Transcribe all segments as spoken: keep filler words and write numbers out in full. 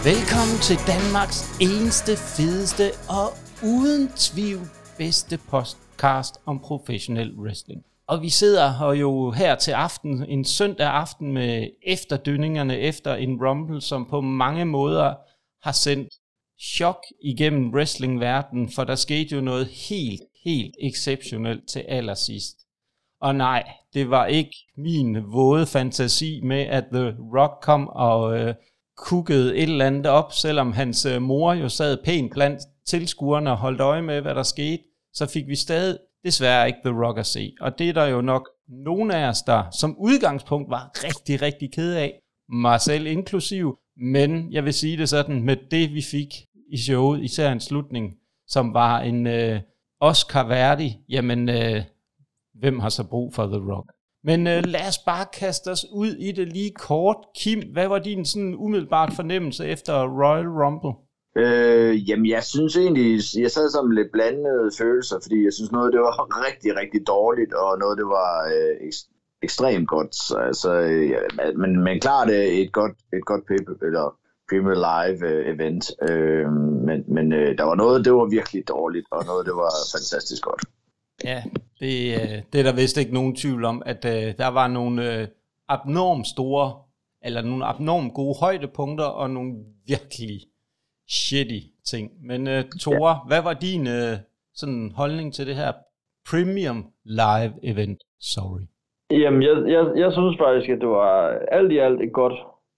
Velkommen til Danmarks eneste, fedeste og uden tvivl bedste podcast om professionel wrestling. Og vi sidder her jo her til aften, en søndag aften med efterdønningerne efter en Rumble, som på mange måder har sendt chok igennem wrestlingverdenen, for der skete jo noget helt, helt exceptionelt til allersidst. Og nej, det var ikke min våde fantasi med, at The Rock kom og øh, kukkede et eller andet op, selvom hans øh, mor jo sad pænt blandt tilskuerne og holdt øje med, hvad der skete, så fik vi stadig desværre ikke The Rock at se. Og det er der jo nok nogle af os, der som udgangspunkt var rigtig, rigtig ked af, mig selv inklusiv. Men jeg vil sige det sådan, med det vi fik i showet, især en slutning, som var en øh, Oscar-værdig, jamen øh, hvem har så brug for The Rock? Men øh, lad os bare kaste os ud i det lige kort. Kim, hvad var din sådan umiddelbart fornemmelse efter Royal Rumble? Øh, jamen, jeg synes egentlig, jeg sad som lidt blandede følelser, fordi jeg synes noget, det var rigtig, rigtig dårligt, og noget, det var øh, ek- ekstremt godt. Altså, ja, men, men klart et godt, et godt pip, eller Premier Live øh, event, øh, men, men øh, der var noget, det var virkelig dårligt, og noget, det var fantastisk godt. Ja, det, øh, det er der vist ikke nogen tvivl om, at øh, der var nogle øh, abnormt store, eller nogle abnormt gode højdepunkter, og nogle virkelig shitty ting. Men uh, Tore, ja. Hvad var din uh, sådan holdning til det her Premium Live Event? Sorry. Jamen, jeg, jeg, jeg synes faktisk, at det var alt i alt et godt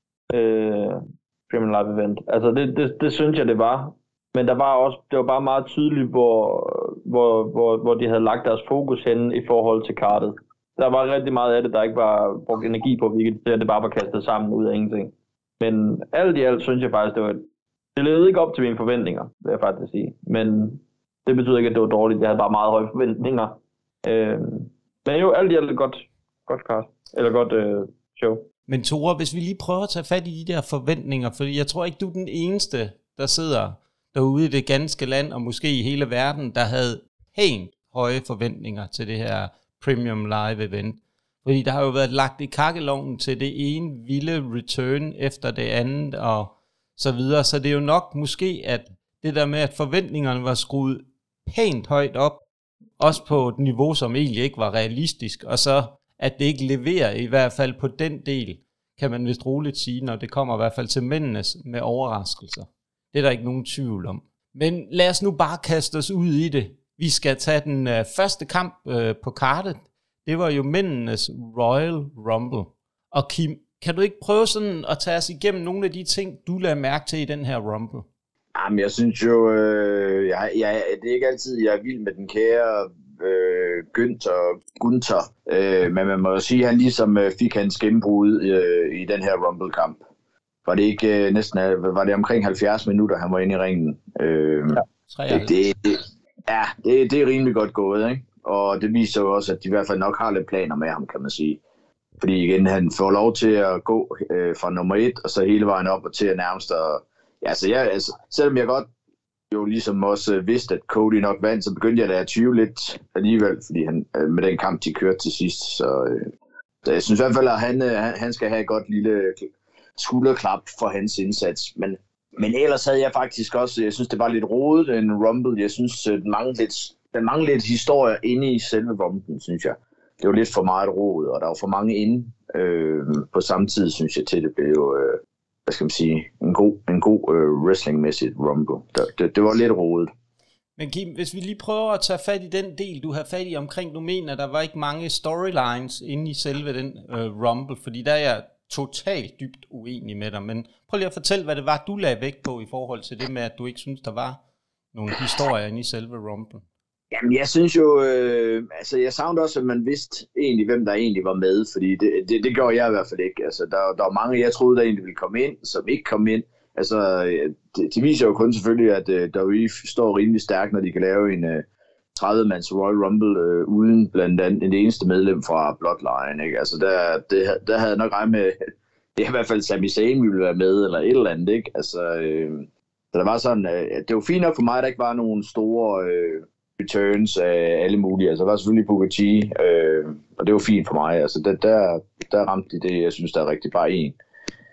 øh, Premium Live Event. Altså, det, det, det synes jeg, det var. Men der var også, det var bare meget tydeligt, hvor, hvor, hvor, hvor de havde lagt deres fokus henne i forhold til kartet. Der var rigtig meget af det, der ikke var brugt energi på, hvilket det bare var kastet sammen ud af ingenting. Men alt i alt synes jeg faktisk, det var et Det levede ikke op til mine forventninger, vil jeg faktisk sige. Men det betyder ikke, at det var dårligt. Jeg havde bare meget høje forventninger. Øh, men jo, alt i alt et godt, godt cast. Eller godt øh, show. Men Tore, hvis vi lige prøver at tage fat i de der forventninger, for jeg tror ikke, du er den eneste, der sidder derude i det ganske land, og måske i hele verden, der havde pænt høje forventninger til det her Premium Live Event. Fordi der har jo været lagt i kakkelovnen til det ene vilde return efter det andet, og så videre, så det er jo nok måske, at det der med, at forventningerne var skruet pænt højt op, også på et niveau, som egentlig ikke var realistisk, og så at det ikke leverer, i hvert fald på den del, kan man vist roligt sige, når det kommer i hvert fald til mændenes med overraskelser. Det er der ikke nogen tvivl om. Men lad os nu bare kaste os ud i det. Vi skal tage den uh, første kamp uh, på kartet. Det var jo mændenes Royal Rumble. Og Kim, kan du ikke prøve sådan at tage os igennem nogle af de ting, du lagde mærke til i den her Rumble? Jamen, jeg synes jo, øh, jeg, jeg, det er ikke altid, jeg er vild med den kære øh, Günther, Gunther, øh, men man må jo sige, at han ligesom øh, fik hans gennembrud øh, i den her Rumble-kamp. Var det ikke øh, næsten, var det omkring halvfjerds minutter, han var inde i ringen? Øh, ja, det, det, det, ja det, det er rimelig godt gået, ikke? Og det viser jo også, at de i hvert fald nok har lidt planer med ham, kan man sige. Fordi igen, han får lov til at gå øh, fra nummer et, og så hele vejen op og til at nærmest. Og, ja, så jeg, altså, selvom jeg godt jo ligesom også vidste, at Cody nok vandt, så begyndte jeg da at tvivle lidt alligevel, fordi han øh, med den kamp, de kørte til sidst. Så, øh, så jeg synes i hvert fald, at han, øh, han skal have et godt lille skulderklap for hans indsats. Men, men ellers havde jeg faktisk også, jeg synes, det var lidt rodet, en Rumble. Jeg synes, den manglede lidt, den manglede lidt historie inde i selve Rumble, synes jeg. Det var lidt for meget rod, og der var for mange inde øh, på samme tid, synes jeg, til det blev, øh, hvad skal man sige, en god, en god øh, wrestlingmæssigt Rumble. Det, det, det var lidt rodet. Men Kim, hvis vi lige prøver at tage fat i den del, du har fat i omkring, du mener, der var ikke mange storylines inde i selve den øh, Rumble, fordi der er jeg totalt dybt uenig med dig, men prøv lige at fortælle, hvad det var, du lagde vægt på i forhold til det med, at du ikke synes, der var nogle historier inde i selve Rumble. Jamen, jeg synes jo, øh, altså jeg savnede også, at man vidste egentlig, hvem der egentlig var med, fordi det, det, det gjorde jeg i hvert fald ikke. Altså, der, der var mange, jeg troede, der egentlig ville komme ind, som ikke kom ind. Altså, det, det viser jo kun selvfølgelig, at øh, W W E står rimelig stærkt, når de kan lave en øh, tredive-mands Royal Rumble øh, uden blandt andet det eneste medlem fra Bloodline, ikke? Altså, der, det, der havde jeg nok regnet med, det er i hvert fald Sami Zayn ville være med, eller et eller andet, ikke? Altså, øh, så der var sådan, øh, det var fint nok for mig, at der ikke var nogen store Øh, returns af alle mulige. Altså, der var selvfølgelig Booker T, øh, og det var fint for mig. Altså, der, der, der ramte de det, jeg synes, der er rigtig bare en.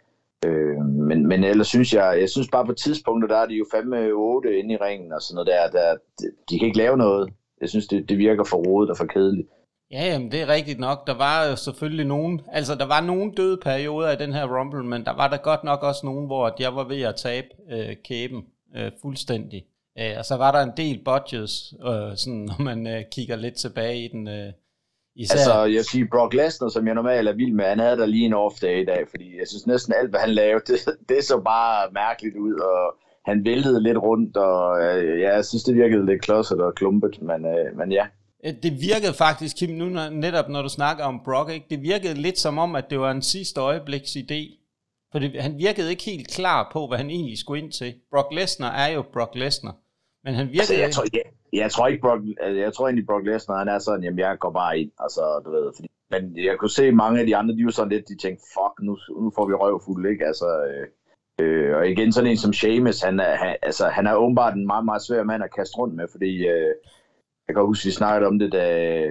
Øh, men, men ellers synes jeg, jeg synes bare på tidspunkter, der er de jo fandme otte inde i ringen og sådan noget der, der de kan ikke lave noget. Jeg synes, det, det virker for rodet og for kedeligt. Ja, jamen, det er rigtigt nok. Der var jo selvfølgelig nogen, altså der var nogle døde perioder i den her Rumble, men der var der godt nok også nogen, hvor jeg var ved at tabe øh, kæben øh, fuldstændig. Øh, og så var der en del budgets, øh, sådan, når man øh, kigger lidt tilbage i den. Øh, især. Altså, jeg vil sige, Brock Lesnar, som jeg normalt er vild med, han havde der lige en off-day i dag, fordi jeg synes næsten alt, hvad han lavede, det, det så bare mærkeligt ud, og han væltede lidt rundt, og øh, ja, jeg synes, det virkede lidt klodset og klumpet, men, øh, men ja. Det virkede faktisk, Kim, nu når, netop når du snakker om Brock, ikke? Det virkede lidt som om, at det var en sidste øjebliks idé. For det, han virkede ikke helt klar på, hvad han egentlig skulle ind til. Brock Lesnar er jo Brock Lesnar. Men han virkede... Altså, jeg, tror, jeg, jeg tror ikke, Brock, jeg tror egentlig, Brock Lesnar, han er sådan, jamen jeg går bare ind, altså, du ved, fordi, men jeg kunne se mange af de andre, de var sådan lidt, de tænkte, fuck, nu, nu får vi røvfuld, ikke, altså, øh, øh, og igen sådan en som Sheamus, han er, han, altså, han er åbenbart en meget, meget svær mand at kaste rundt med, fordi, øh, jeg kan huske, vi snakkede om det, da,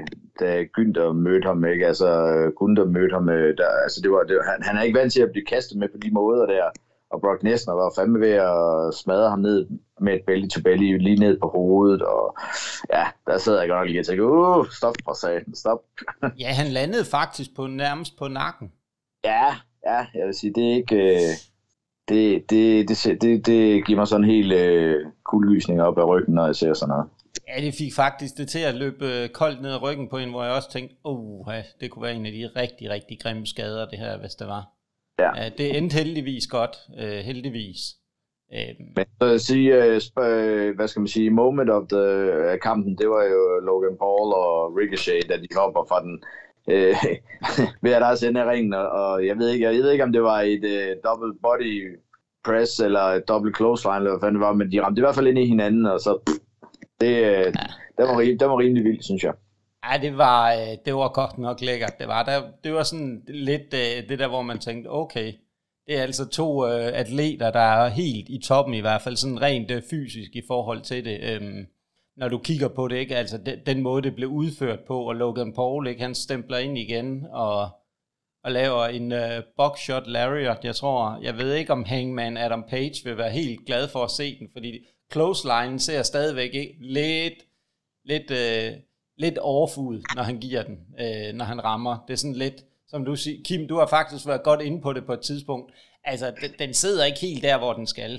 da Günther mødte ham, ikke, altså, Gunther mødte ham, der, altså, det var, det, han, han er ikke vant til at blive kastet med på de måder der. Og Brock Lesnar var fandme ved at smadre ham ned med et belly to belly lige ned på hovedet, og ja, der sad jeg godt nok lige og tænkte, uh, stop for satan, stop. Ja, han landede faktisk på nærmest på nakken. Ja, ja, jeg vil sige, det er ikke, øh, det, det, det, det, det giver mig sådan en helt øh, kuldegysning op ad ryggen, når jeg ser sådan noget. Ja, det fik faktisk det til at løbe koldt ned ad ryggen på en, hvor jeg også tænkte, uh, det kunne være en af de rigtig, rigtig grimme skader, det her, hvis det var. Ja. Ja, det endte heldigvis godt, øh, heldigvis. Øhm. Men så at sige, øh, sp- hvad skal man sige, moment of the uh, kampen, det var jo Logan Paul og Ricochet, da de hopper fra den øh, ved at der sende ringen, og jeg ved ikke, jeg ved ikke om det var et øh, double body press eller et double clothesline eller hvad fanden det var, men de ramte i hvert fald ind i hinanden, og så pff, det, øh, ja. det, var, det var rimelig vildt, synes jeg. Ja, det var, det var godt nok lækkert. Det var, der, det var sådan lidt det der, hvor man tænkte, okay, det er altså to øh, atleter, der er helt i toppen i hvert fald, sådan rent øh, fysisk i forhold til det. Øhm, når du kigger på det, ikke? Altså den, den måde, det blev udført på, og Logan Paul, ikke? Han stempler ind igen og, og laver en øh, buckshot lariat. Jeg tror, jeg ved ikke, om Hangman Adam Page vil være helt glad for at se den, fordi clothesline ser stadigvæk ikke lidt, lidt... Øh, lidt overfuld, når han giver den, øh, når han rammer. Det er sådan lidt, som du siger, Kim, du har faktisk været godt inde på det på et tidspunkt. Altså, den, den sidder ikke helt der, hvor den skal.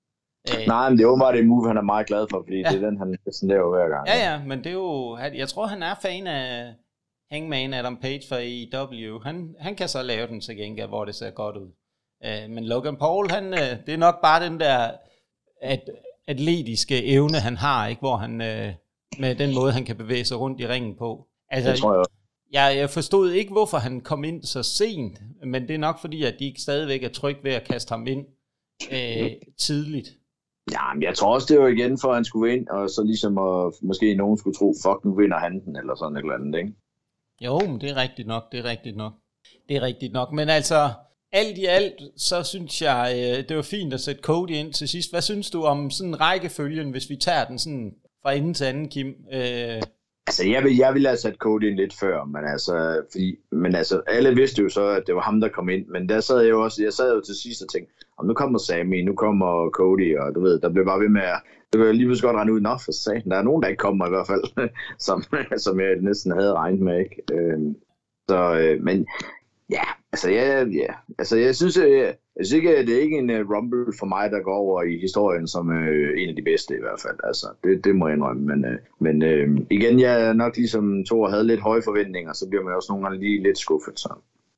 Øh. Nej, men det er jo bare det move, han er meget glad for, fordi ja. Det er den, han næsten laver hver gang. Ja, ja, men det er jo, jeg tror, han er fan af Hangman Adam Page fra A E W. Han, han kan så lave den til gengæld, hvor det ser godt ud. Øh, men Logan Paul, han, øh, det er nok bare den der at, atletiske evne, han har, ikke, hvor han... Øh, med den måde, han kan bevæge sig rundt i ringen på. Altså, det tror jeg også. Jeg, jeg forstod ikke, hvorfor han kom ind så sent, men det er nok fordi, at de ikke stadigvæk er trygge ved at kaste ham ind øh, tidligt. Ja, men jeg tror også, det var igen, for at han skulle ind, og så ligesom, at måske nogen skulle tro, fuck, nu vinder han den, eller sådan et eller andet, ikke? Jo, men det er rigtigt nok, det er rigtigt nok. Det er rigtigt nok, men altså, alt i alt, så synes jeg, øh, det var fint at sætte Cody ind til sidst. Hvad synes du om sådan rækkefølgen, hvis vi tager den sådan fra ende til anden, Kim? Øh... Altså, jeg vil, jeg ville have sat Cody ind lidt før, men altså, fordi, men altså, alle vidste jo så, at det var ham, der kom ind, men der sad jeg jo også, jeg sad jo til sidst og tænkte, om nu kommer Sami, nu kommer Cody, og du ved, der blev bare ved med at, det var lige pludselig godt regne ud, nå for satan, der er nogen, der ikke kommer i hvert fald, som, som jeg næsten havde regnet med, ikke? Øh, så, øh, men ja, altså, ja, ja, altså, jeg synes, jeg, jeg synes ikke, det er ikke en uh, Rumble for mig, der går over i historien som uh, en af de bedste i hvert fald. Altså, det, det må jeg indrømme. Men, uh, men uh, igen, jeg er nok ligesom Thor havde lidt høje forventninger, så bliver man også nogle gange lige lidt skuffet. Så.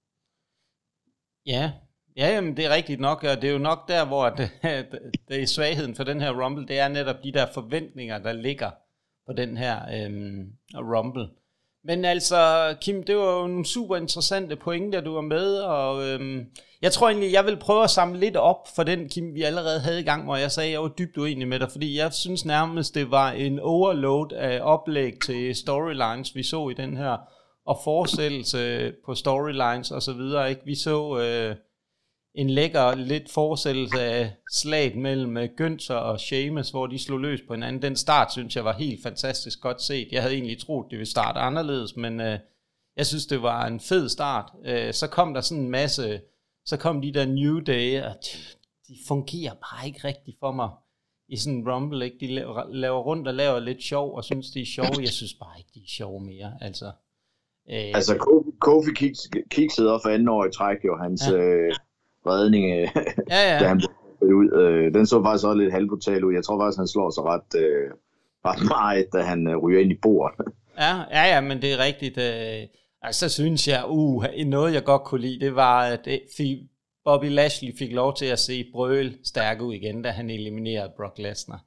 Ja, ja jamen, det er rigtigt nok, og det er jo nok der, hvor det, det er svagheden for den her Rumble, det er netop de der forventninger, der ligger på den her um, Rumble. Men altså, Kim, det var jo nogle super interessante pointer, du var med, og øhm, jeg tror egentlig, jeg vil prøve at samle lidt op for den, Kim, vi allerede havde i gang, hvor jeg sagde, at jeg var dybt uenig med dig, fordi jeg synes nærmest, det var en overload af oplæg til storylines, vi så i den her, og fortsættelse på storylines og så videre, ikke? Vi så øh, en lækker lidt fortsættelse af slaget mellem Günther og Sheamus, hvor de slog løs på hinanden. Den start, synes jeg, var helt fantastisk godt set. Jeg havde egentlig troet, det ville starte anderledes, men øh, jeg synes, det var en fed start. Øh, så kom der sådan en masse så kom de der New Day, og de, de fungerer bare ikke rigtigt for mig i sådan en Rumble, ikke? De laver, laver rundt og laver lidt sjov, og synes, det er sjov. Jeg synes bare ikke, de er sjove mere, altså. Øh, altså, Kofi kiks, kiksede op for anden år i træk, jo, hans ja. øh, redning, øh, ja, ja. da han blev ud. Øh, den så faktisk også lidt halvbrutal ud. Jeg tror faktisk, han slår sig ret, øh, ret meget, da han øh, ryger ind i bordet. Ja, ja, ja, men det er rigtigt. Øh, altså, så synes jeg, uh, noget jeg godt kunne lide, det var, at det, Bobby Lashley fik lov til at se brøl stærk ud igen, da han eliminerede Brock Lesnar.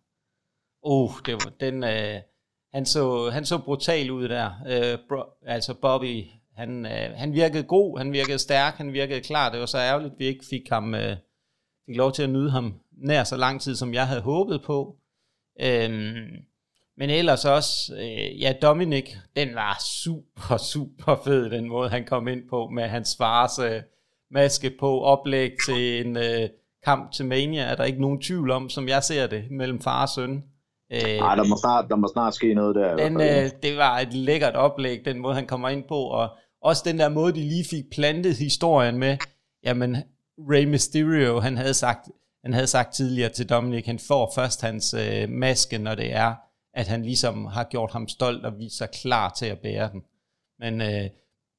Uh, det var den... Øh, han, så, han så brutal ud der. Øh, bro, altså Bobby, han, øh, han virkede god, han virkede stærk, han virkede klar. Det var så ærgerligt, at vi ikke fik, ham, øh, fik lov til at nyde ham nær så lang tid, som jeg havde håbet på. Øh, Men ellers også, øh, ja, Dominic, den var super, super fed, den måde, han kom ind på, med hans fars øh, maske på, oplæg til en øh, kamp til Mania, er der ikke nogen tvivl om, som jeg ser det, mellem far og søn. Nej, øh, der, må snart, der må snart ske noget der. Den, øh, det var et lækkert oplæg, den måde, han kommer ind på, og også den der måde, de lige fik plantet historien med, jamen, Rey Mysterio, han havde sagt, han havde sagt tidligere til Dominic, han får først hans øh, maske, når det er, at han ligesom har gjort ham stolt og vist sig klar til at bære den. Men øh,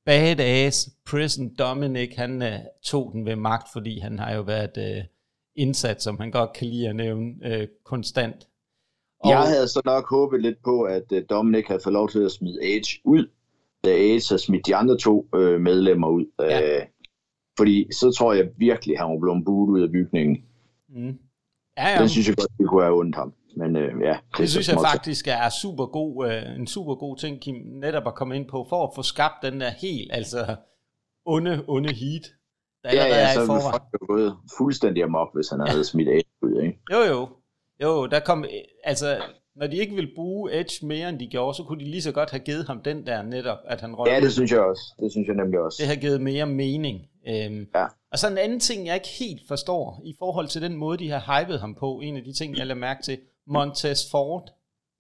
badass Prison Dominic, han øh, tog den ved magt, fordi han har jo været øh, indsat, som han godt kan lide at nævne, øh, konstant. Og jeg havde så nok håbet lidt på, at øh, Dominic havde fået lov til at smide Edge ud, da Edge havde smidt de andre to øh, medlemmer ud. Ja. Øh, fordi så tror jeg virkelig, at han var blevet buet ud af bygningen. Mm. Ja, ja. Den synes jeg godt, vi kunne have ondt ham. Men øh, ja, det, det synes jeg faktisk er super god, øh, en super god ting, Kim, netop at komme ind på, for at få skabt den der helt, altså, onde, onde heat, der ja, ja, er så i forvejen. ville folk gået fuldstændig amok, hvis han ja. havde smidt Edge ud, ikke? Jo, jo. Jo, der kom, altså, når de ikke ville bruge Edge mere, end de gjorde, så kunne de lige så godt have givet ham den der netop, at han røg. Ja, det synes jeg også. Det synes jeg nemlig også. Det har givet mere mening. Øhm, ja. Og så en anden ting, jeg ikke helt forstår, i forhold til den måde, de har hypet ham på, en af de ting, jeg lader mærke til, Montez Ford.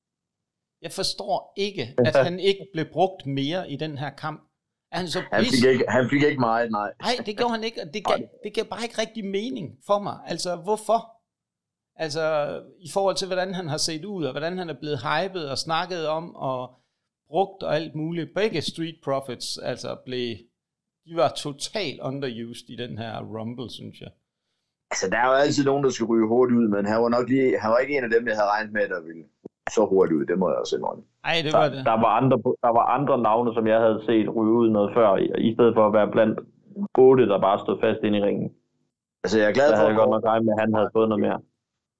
Jeg forstår ikke, at han ikke blev brugt mere i den her kamp. Er han, så han, fik ikke, han fik ikke meget, nej. Nej, det gjorde han ikke, og det gav, det gav bare ikke rigtig mening for mig. Altså, hvorfor? Altså, i forhold til, hvordan han har set ud, og hvordan han er blevet hypet og snakket om, og brugt og alt muligt. Begge Street Profits, altså, blev, de var totalt underused i den her Rumble, synes jeg. Altså, der er jo altid nogen, der skal ryge hurtigt ud, men han var nok lige, han var ikke en af dem, jeg havde regnet med, der ville så hurtigt ud. Det må jeg også indrømme. Nej, det var der, det. Der var, andre, der var andre navne, som jeg havde set ryge ud noget før, i stedet for at være blandt otte, der bare stod fast inde i ringen. Altså, jeg er glad for, at jeg godt nok regnet med, at han havde fået noget mere.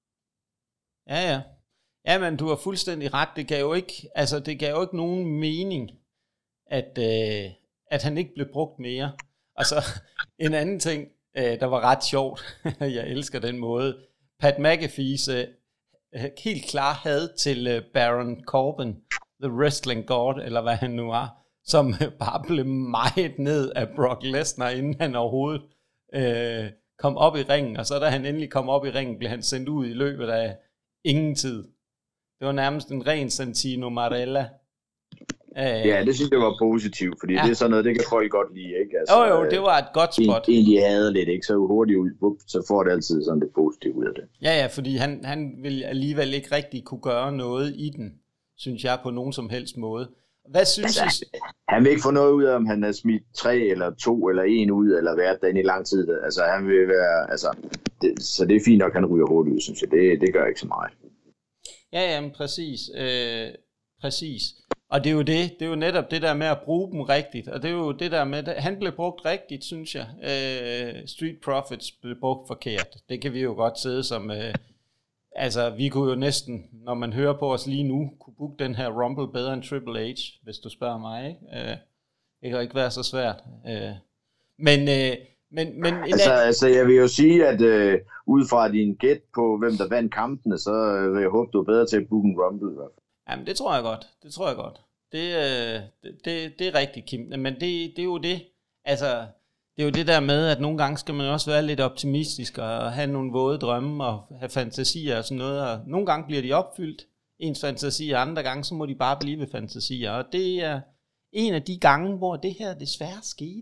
Ja, ja. Ja, men du har fuldstændig ret. Det gav jo ikke, altså, det gav jo ikke nogen mening, at, øh, at han ikke blev brugt mere. Altså, en anden ting, der var ret sjovt. Jeg elsker den måde. Pat McAfee's uh, helt klar had til uh, Baron Corbin, the wrestling god, eller hvad han nu var, som uh, bare blev meget ned af Brock Lesnar, inden han overhovedet uh, kom op i ringen. Og så da han endelig kom op i ringen, blev han sendt ud i løbet af ingen tid. Det var nærmest en ren Santino Marella. Ja, det synes jeg var positivt, fordi ja. det er sådan noget, det kan folk godt lide, ikke? Altså, jo, jo, det var et godt spot. En, de havde lidt, ikke? Så hurtigt ud, så får det altid sådan det positive ud af det. Ja, ja, fordi han, han vil alligevel ikke rigtig kunne gøre noget i den, synes jeg, på nogen som helst måde. Hvad synes altså, I? Han vil ikke få noget ud af, om han har smidt tre eller to eller en ud, eller været derinde i lang tid. Altså, han vil være, altså, det, så det er fint nok, han ryger hurtigt ud, synes jeg. Det, det gør ikke så meget. Ja, jamen, præcis. Øh, præcis. Og det er jo det, det er jo netop det der med at bruge dem rigtigt, og det er jo det der med, han blev brugt rigtigt, synes jeg. Øh, Street Profits blev brugt forkert. Det kan vi jo godt sidde som, øh, altså vi kunne jo næsten, når man hører på os lige nu, kunne booke den her Rumble bedre end Triple H, hvis du spørger mig, ikke? Øh, det kan ikke være så svært. Øh, men, øh, men, men altså, anden... altså jeg vil jo sige, at øh, ud fra din gæt på, hvem der vandt kampene, så øh, vil jeg håbe, du er bedre til at booke en Rumble i hvert fald. Jamen, det tror jeg godt. Det tror jeg godt. Det, øh, det, det er rigtigt, Kim. Men det, det er jo det. Altså, det er jo det der med, at nogle gange skal man også være lidt optimistisk og have nogle våde drømme og have fantasier og sådan noget. Og nogle gange bliver de opfyldt, ens fantasier, andre gange så må de bare blive fantasier. Og det er en af de gange, hvor det her desværre skete.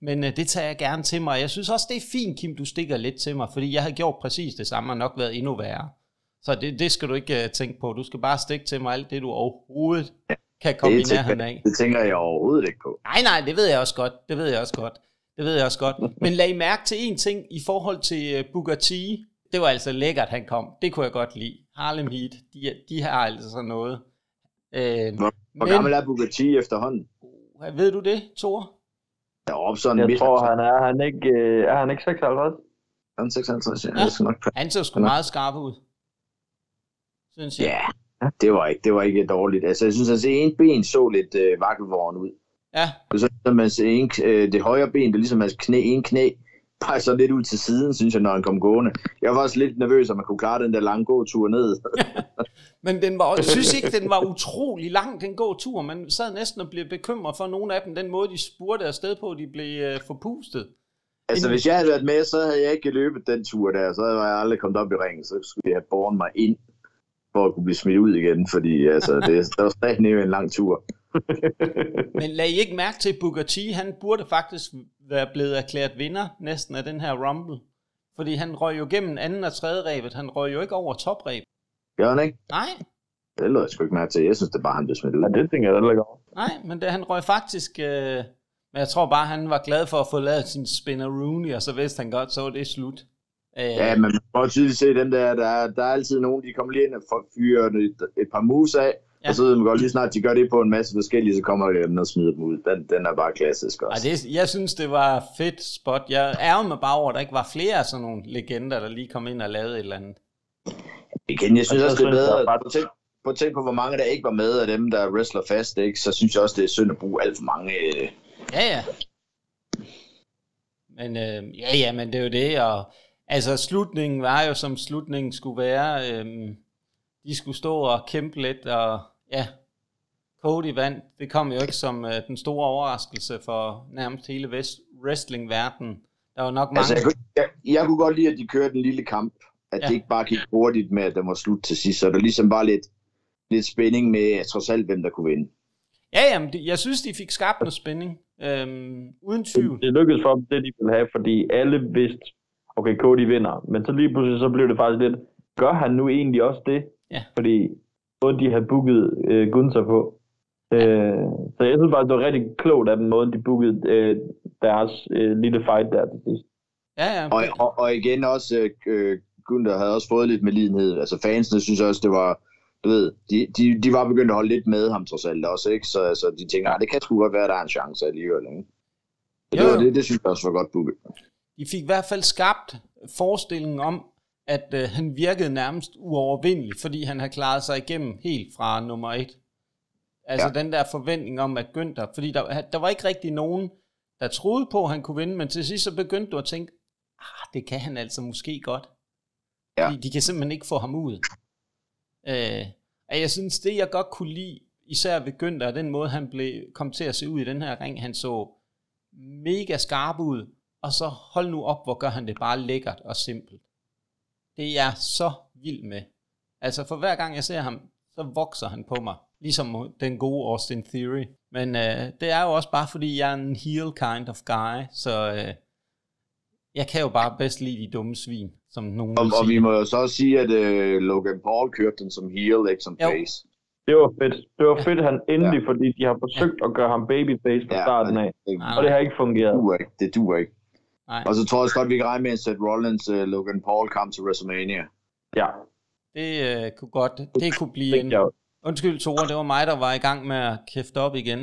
men øh, det tager jeg gerne til mig. Jeg synes også, det er fint, Kim, du stikker lidt til mig, fordi jeg har gjort præcis det samme, og nok været endnu værre. Så det, det skal du ikke uh, tænke på. Du skal bare stikke til mig alt det, du overhovedet kan komme i nærheden af. Det tænker jeg overhovedet ikke på. Nej, nej, det ved jeg også godt. Det ved jeg også godt. Det ved jeg også godt. Men lag I mærke til en ting i forhold til uh, Booker T. Det var altså lækkert, han kom. Det kunne jeg godt lide. Harlem Heat, de, de har altså sådan noget. Uh, hvor hvor men, gammel er Booker T efterhånden? Uh, ved du det, Thor? Deroppe sådan jeg midt, tror, han er, han ikke, øh, er han ikke seksoghalvtreds? Han er seksoghalvtreds, ja. ja. Nok... Han så sgu meget skarp ud. Synes jeg. Ja, det var ikke, det var ikke dårligt. Altså, jeg synes, at en ben så lidt øh, vakkelvogn ud. Ja. Og så er man en, øh, det højre ben, det er ligesom hans knæ, en knæ, bare så lidt ud til siden, synes jeg, når han kom gående. Jeg var også lidt nervøs, om man kunne klare den der lange gåtur ned. Men den var, jeg synes ikke, den var utrolig lang, den gåtur. Man sad næsten og blev bekymret for nogle af dem, den måde, de spurgte afsted på, de blev øh, forpustet. Altså, hvis jeg havde været med, så havde jeg ikke løbet den tur der, så havde jeg aldrig kommet op i ringen, så skulle jeg have båret mig ind, for at kunne blive smidt ud igen, fordi altså, det, der var stadig en lang tur. Men lad I ikke mærke til, Booker T, han burde faktisk være blevet erklæret vinder næsten af den her Rumble. Fordi han røg jo gennem anden og tredje rebet, han røg jo ikke over toprebet. Gør han ikke? Nej. Det lød jeg sgu ikke mærke til, jeg synes det bare, han blev smidt ud. Ja, det tænker jeg heller ikke over. Nej, men det, han røg faktisk, øh, men jeg tror bare, han var glad for at få lavet sin spinner Rooney, og så vidste han godt, så var det slut. Øh, ja, men man kan tydeligt se den der, der er, der er altid nogen, de kommer lige ind og fyrer et, et par moves af, ja. Og så ved man godt lige snart, de gør det på en masse forskellige, så kommer de og smider dem ud. Den, den er bare klassisk også. Ej, det, jeg synes, det var fedt spot. Jeg ærger mig bare over, at der ikke var flere af sådan nogle legender, der lige kom ind og lavede et eller andet. Igen, jeg synes også, det er bedre. På tænk, på tænk på, hvor mange der ikke var med af dem, der wrestler fast, ikke? Så synes jeg også, det er synd at bruge alt for mange. Øh... Ja, ja. Men øh, ja, ja, men det er jo det, og altså slutningen var jo, som slutningen skulle være. Øh, de skulle stå og kæmpe lidt, og ja, Cody vandt. Det kom jo ikke som øh, den store overraskelse for nærmest hele wrestling-verdenen. Der var nok mange... Altså, jeg, kunne, jeg, jeg kunne godt lide, at de kørte en lille kamp. At ja. Det ikke bare gik hurtigt med, at den var slut til sidst. Så der ligesom bare lidt, lidt spænding med, trods alt, hvem der kunne vinde. Ja, jamen, jeg synes, de fik skabt noget spænding. Øhm, uden tvivl. Det, det lykkedes for dem, det de ville have, fordi alle vidste, okay, Cody vinder. Men så lige pludselig, så blev det faktisk lidt, gør han nu egentlig også det? Ja. Fordi måde, de havde booket øh, Gunther på. Øh, så jeg synes faktisk, det var rigtig klogt af den måde, de bookede øh, deres øh, lille fight der til sidst. Ja, ja. Og, og, og igen også, øh, Gunther havde også fået lidt med lidenhed. Altså fansene synes også, det var, du ved, de, de, de var begyndt at holde lidt med ham trods alt også, ikke? Så altså, de tænker, det kan sgu godt være, at der er en chance alligevel, ikke? Så det, var det, det synes jeg også var godt booket. De fik i hvert fald skabt forestillingen om, at øh, han virkede nærmest uovervindelig, fordi han har klaret sig igennem helt fra nummer et. Altså ja. Den der forventning om, at Gunther, fordi der, der var ikke rigtig nogen, der troede på, at han kunne vinde, men til sidst så begyndte du at tænke, ah, det kan han altså måske godt. Ja. Fordi de kan simpelthen ikke få ham ud. Øh, jeg synes, det jeg godt kunne lide, især ved Gunther, den måde han blev, kom til at se ud i den her ring, han så mega skarp ud, og så hold nu op, hvor gør han det bare lækkert og simpelt. Det er jeg så vild med. Altså for hver gang jeg ser ham, så vokser han på mig. Ligesom den gode Austin Theory. Men øh, det er jo også bare fordi, jeg er en heel kind of guy. Så øh, jeg kan jo bare bedst lide de dumme svin, som nogen og, vil og vi må jo så også sige, at øh, Logan Paul kørte den som heel, ikke som face. Det var fedt. Det var fedt, han endelig, ja. Fordi de har forsøgt ja. At gøre ham babyface fra ja, starten af. Det, og det har ikke fungeret. Det duer ikke. Det duer ikke. Nej. Og så tror jeg også godt, vi kan regne med en Seth Rollins uh, Logan Paul kamp til WrestleMania. Ja. Det uh, kunne godt, det kunne blive en... Undskyld, Tore, det var mig, der var i gang med at kæfte op igen.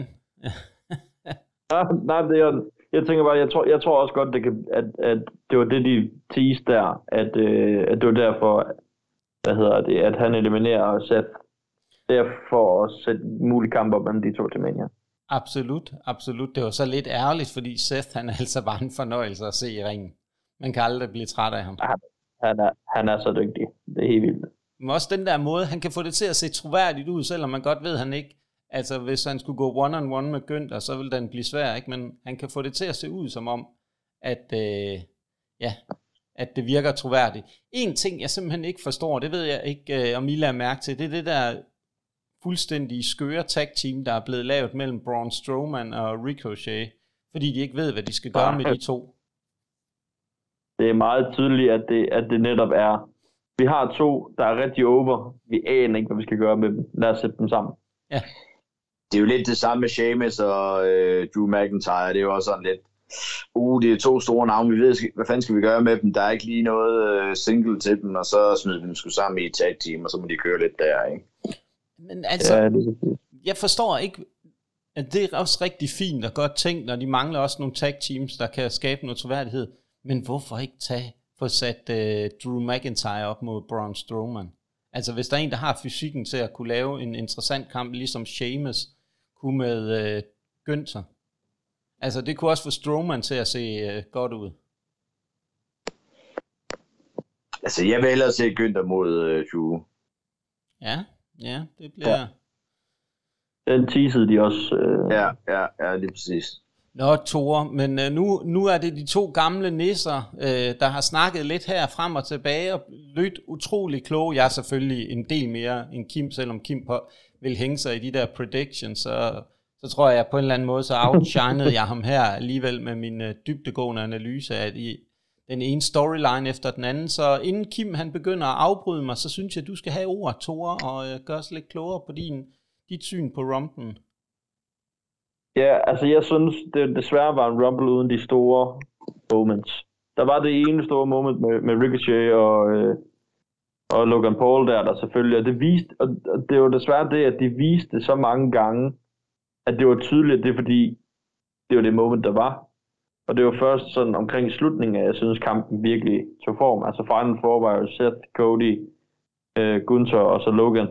ja, nej, det er, jeg tænker bare, jeg tror, jeg tror også godt, det kan, at, at det var det, de teasede der, at, øh, at det var derfor, hvad hedder det, at han eliminerer Seth. Derfor at sætte mulige kamper mellem de to til Mania. Absolut, absolut. Det var så lidt ærgerligt, fordi Seth, han er altså bare en fornøjelse at se i ringen. Man kan aldrig blive træt af ham. Han, han, er, han er så dygtig. Det er helt vildt. Men også den der måde, han kan få det til at se troværdigt ud, selvom man godt ved, han ikke... Altså, hvis han skulle gå one-on-one med Gunther, så ville den blive svær, ikke? Men han kan få det til at se ud som om, at, øh, ja, at det virker troværdigt. En ting, jeg simpelthen ikke forstår, det ved jeg ikke, øh, om I lader mærke til, det er det der fuldstændig skøre tag team, der er blevet lavet mellem Braun Strowman og Ricochet. Fordi de ikke ved, hvad de skal gøre med de to. Det er meget tydeligt, at det, at det netop er, vi har to, der er rigtig over. Vi aner ikke, hvad vi skal gøre med dem. Lad os sætte dem sammen. Ja. Det er jo lidt det samme med Sheamus og øh, Drew McIntyre. Det er jo også sådan lidt, uh, det er to store navne. Vi ved, hvad fanden skal vi gøre med dem? Der er ikke lige noget øh, single til dem, og så smider vi dem sgu sammen i et tag team, og så må de køre lidt der, ikke? Men altså, ja, det er jeg forstår ikke, at det er også rigtig fint og godt tænkt, når de mangler også nogle tag teams, der kan skabe noget troværdighed. Men hvorfor ikke tage, få sat uh, Drew McIntyre op mod Braun Strowman? Altså hvis der er en, der har fysikken til at kunne lave en interessant kamp, ligesom Sheamus kunne med uh, Günther. Altså det kunne også få Strowman til at se uh, godt ud. Altså jeg vil hellere se Günther mod uh, Drew. Ja, ja, det bliver... Ja. Den teasede de også. Øh... Ja, ja, ja, lige præcis. Nå, Thor, men øh, nu, nu er det de to gamle nisser, øh, der har snakket lidt her frem og tilbage og lyttet utrolig kloge. Jeg er selvfølgelig en del mere end Kim, selvom Kim på, vil hænge sig i de der predictions, så, så tror jeg på en eller anden måde, så outshinede jeg ham her alligevel med min øh, dybdegående analyse af de, den ene storyline efter den anden. Så inden Kim han begynder at afbryde mig, så synes jeg, du skal have ord, Thor, og øh, gøre os lidt klogere på din, dit syn på Rumble. Ja, altså jeg synes, det desværre var en Rumble uden de store moments. Der var det ene store moment med, med Ricochet og, øh, og Logan Paul der, der selvfølgelig, og det viste, og det var desværre det, at de viste så mange gange, at det var tydeligt, at det er fordi, det var det moment, der var. Og det var først sådan omkring slutningen af, jeg synes, kampen virkelig tog form. Altså Final Four var jo Seth, Cody, øh, Gunther og så Logan.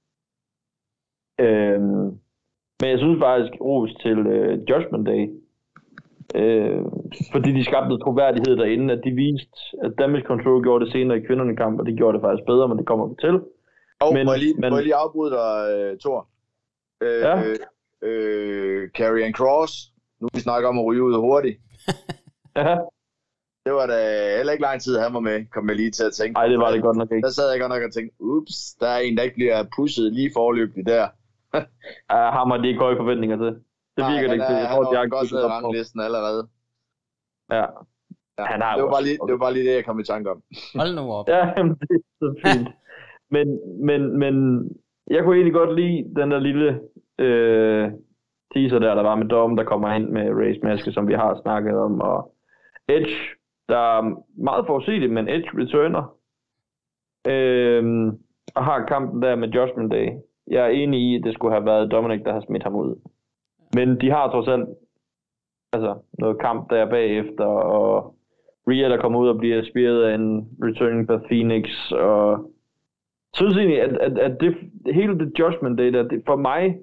Øhm, Men jeg synes faktisk ros til øh, Judgment Day, øh, fordi de skabte noget troværdighed derinde, at de viste, at Damage Control gjorde det senere i kvinderne kamp, og det gjorde det faktisk bedre, men det kommer vi til. Og men, må, jeg lige, men, må jeg lige afbryde dig, uh, Thor? Øh, ja. øh, øh, Karrion Kross, nu vi snakker om at ryge ud hurtigt. Ja. Det var da heller ikke lang tid, han var med, kom jeg lige til at tænke. Nej, det var det godt nok ikke. Der sad jeg godt nok og tænkte, ups, der er en, der ikke bliver pushet lige forløbigt der. Ja, ham har de ikke høje forventninger til. Det Nej, virker det ikke til. Jeg tror, han har godt ned i ranglisten allerede. Ja. ja. Han har det, var også, bare lige, det var bare lige det, jeg kom i tanke om. Hold nu op. Ja, det er så fint. men, men, men jeg kunne egentlig godt lide den der lille øh, teaser der, der var med Dom, der kommer ind med Race Maske, som vi har snakket om, og Edge, der er meget forudsigeligt, men Edge returner. Øh, og har kampen der med Judgment Day. Jeg er enig i, at det skulle have været Dominic, der har smidt ham ud. Men de har trods alt altså, noget kamp der bagefter, og Rhea, der kommer ud og bliver spiret af en returning Beth Phoenix, og jeg synes egentlig, at, at, at det, hele det Judgment Day der, det, for mig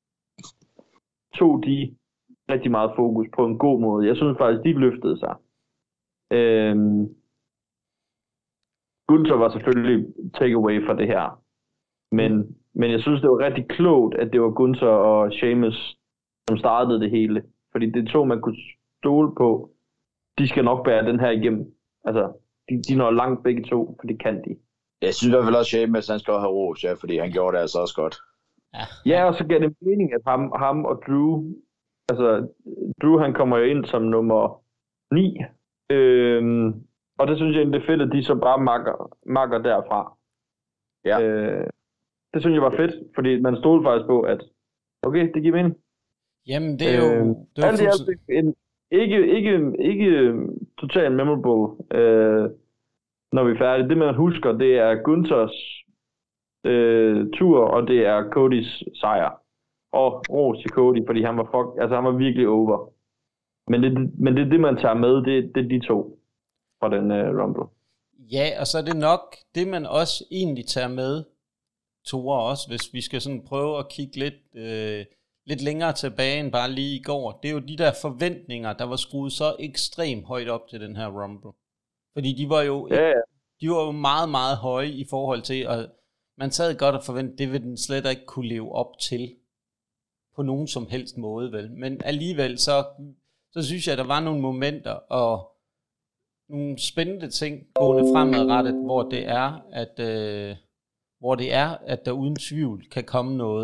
tog de rigtig meget fokus på en god måde. Jeg synes faktisk, de løftede sig. Øhm, Gunther var selvfølgelig takeaway fra det her, men Men jeg synes, det var rigtig klogt, at det var Gunther og Sheamus, som startede det hele. Fordi det to, man kunne stole på, de skal nok bære den her igennem. Altså, de, de når langt begge to, for det kan de. Jeg synes i hvert fald også, at Sheamus, han skal have ros, ja, fordi han gjorde det altså også godt. Ja, ja og så gav det mening, at ham, ham og Drew, altså, Drew han kommer jo ind som nummer ni. Øhm, og det synes jeg egentlig, det er fedt, at de så bare makker, makker derfra. Ja. Øh, Det synes jeg var fedt, fordi man stod faktisk på, at okay, det giver mening. Jamen, det er jo... Øh, det er alt i alt en, ikke, ikke, ikke totalt memorable, øh, når vi er færdige. Det, man husker, det er Gunthers øh, tur, og det er Codys sejr. Og ros til Cody, fordi han var, fuck, altså, han var virkelig over. Men det, men det er det, man tager med, det, det er de to fra den øh, Rumble. Ja, og så er det nok det, man også egentlig tager med, Thor også, hvis vi skal sådan prøve at kigge lidt, øh, lidt længere tilbage end bare lige i går. Det er jo de der forventninger, der var skruet så ekstremt højt op til den her Rumble. Fordi de var jo, ja, ja. de var jo meget, meget høje i forhold til, at man sad godt og forventede, det vil den slet ikke kunne leve op til på nogen som helst måde, vel. Men alligevel, så, så synes jeg, at der var nogle momenter og nogle spændende ting gående fremadrettet, hvor det er, at... Øh, hvor det er, at der uden tvivl kan komme noget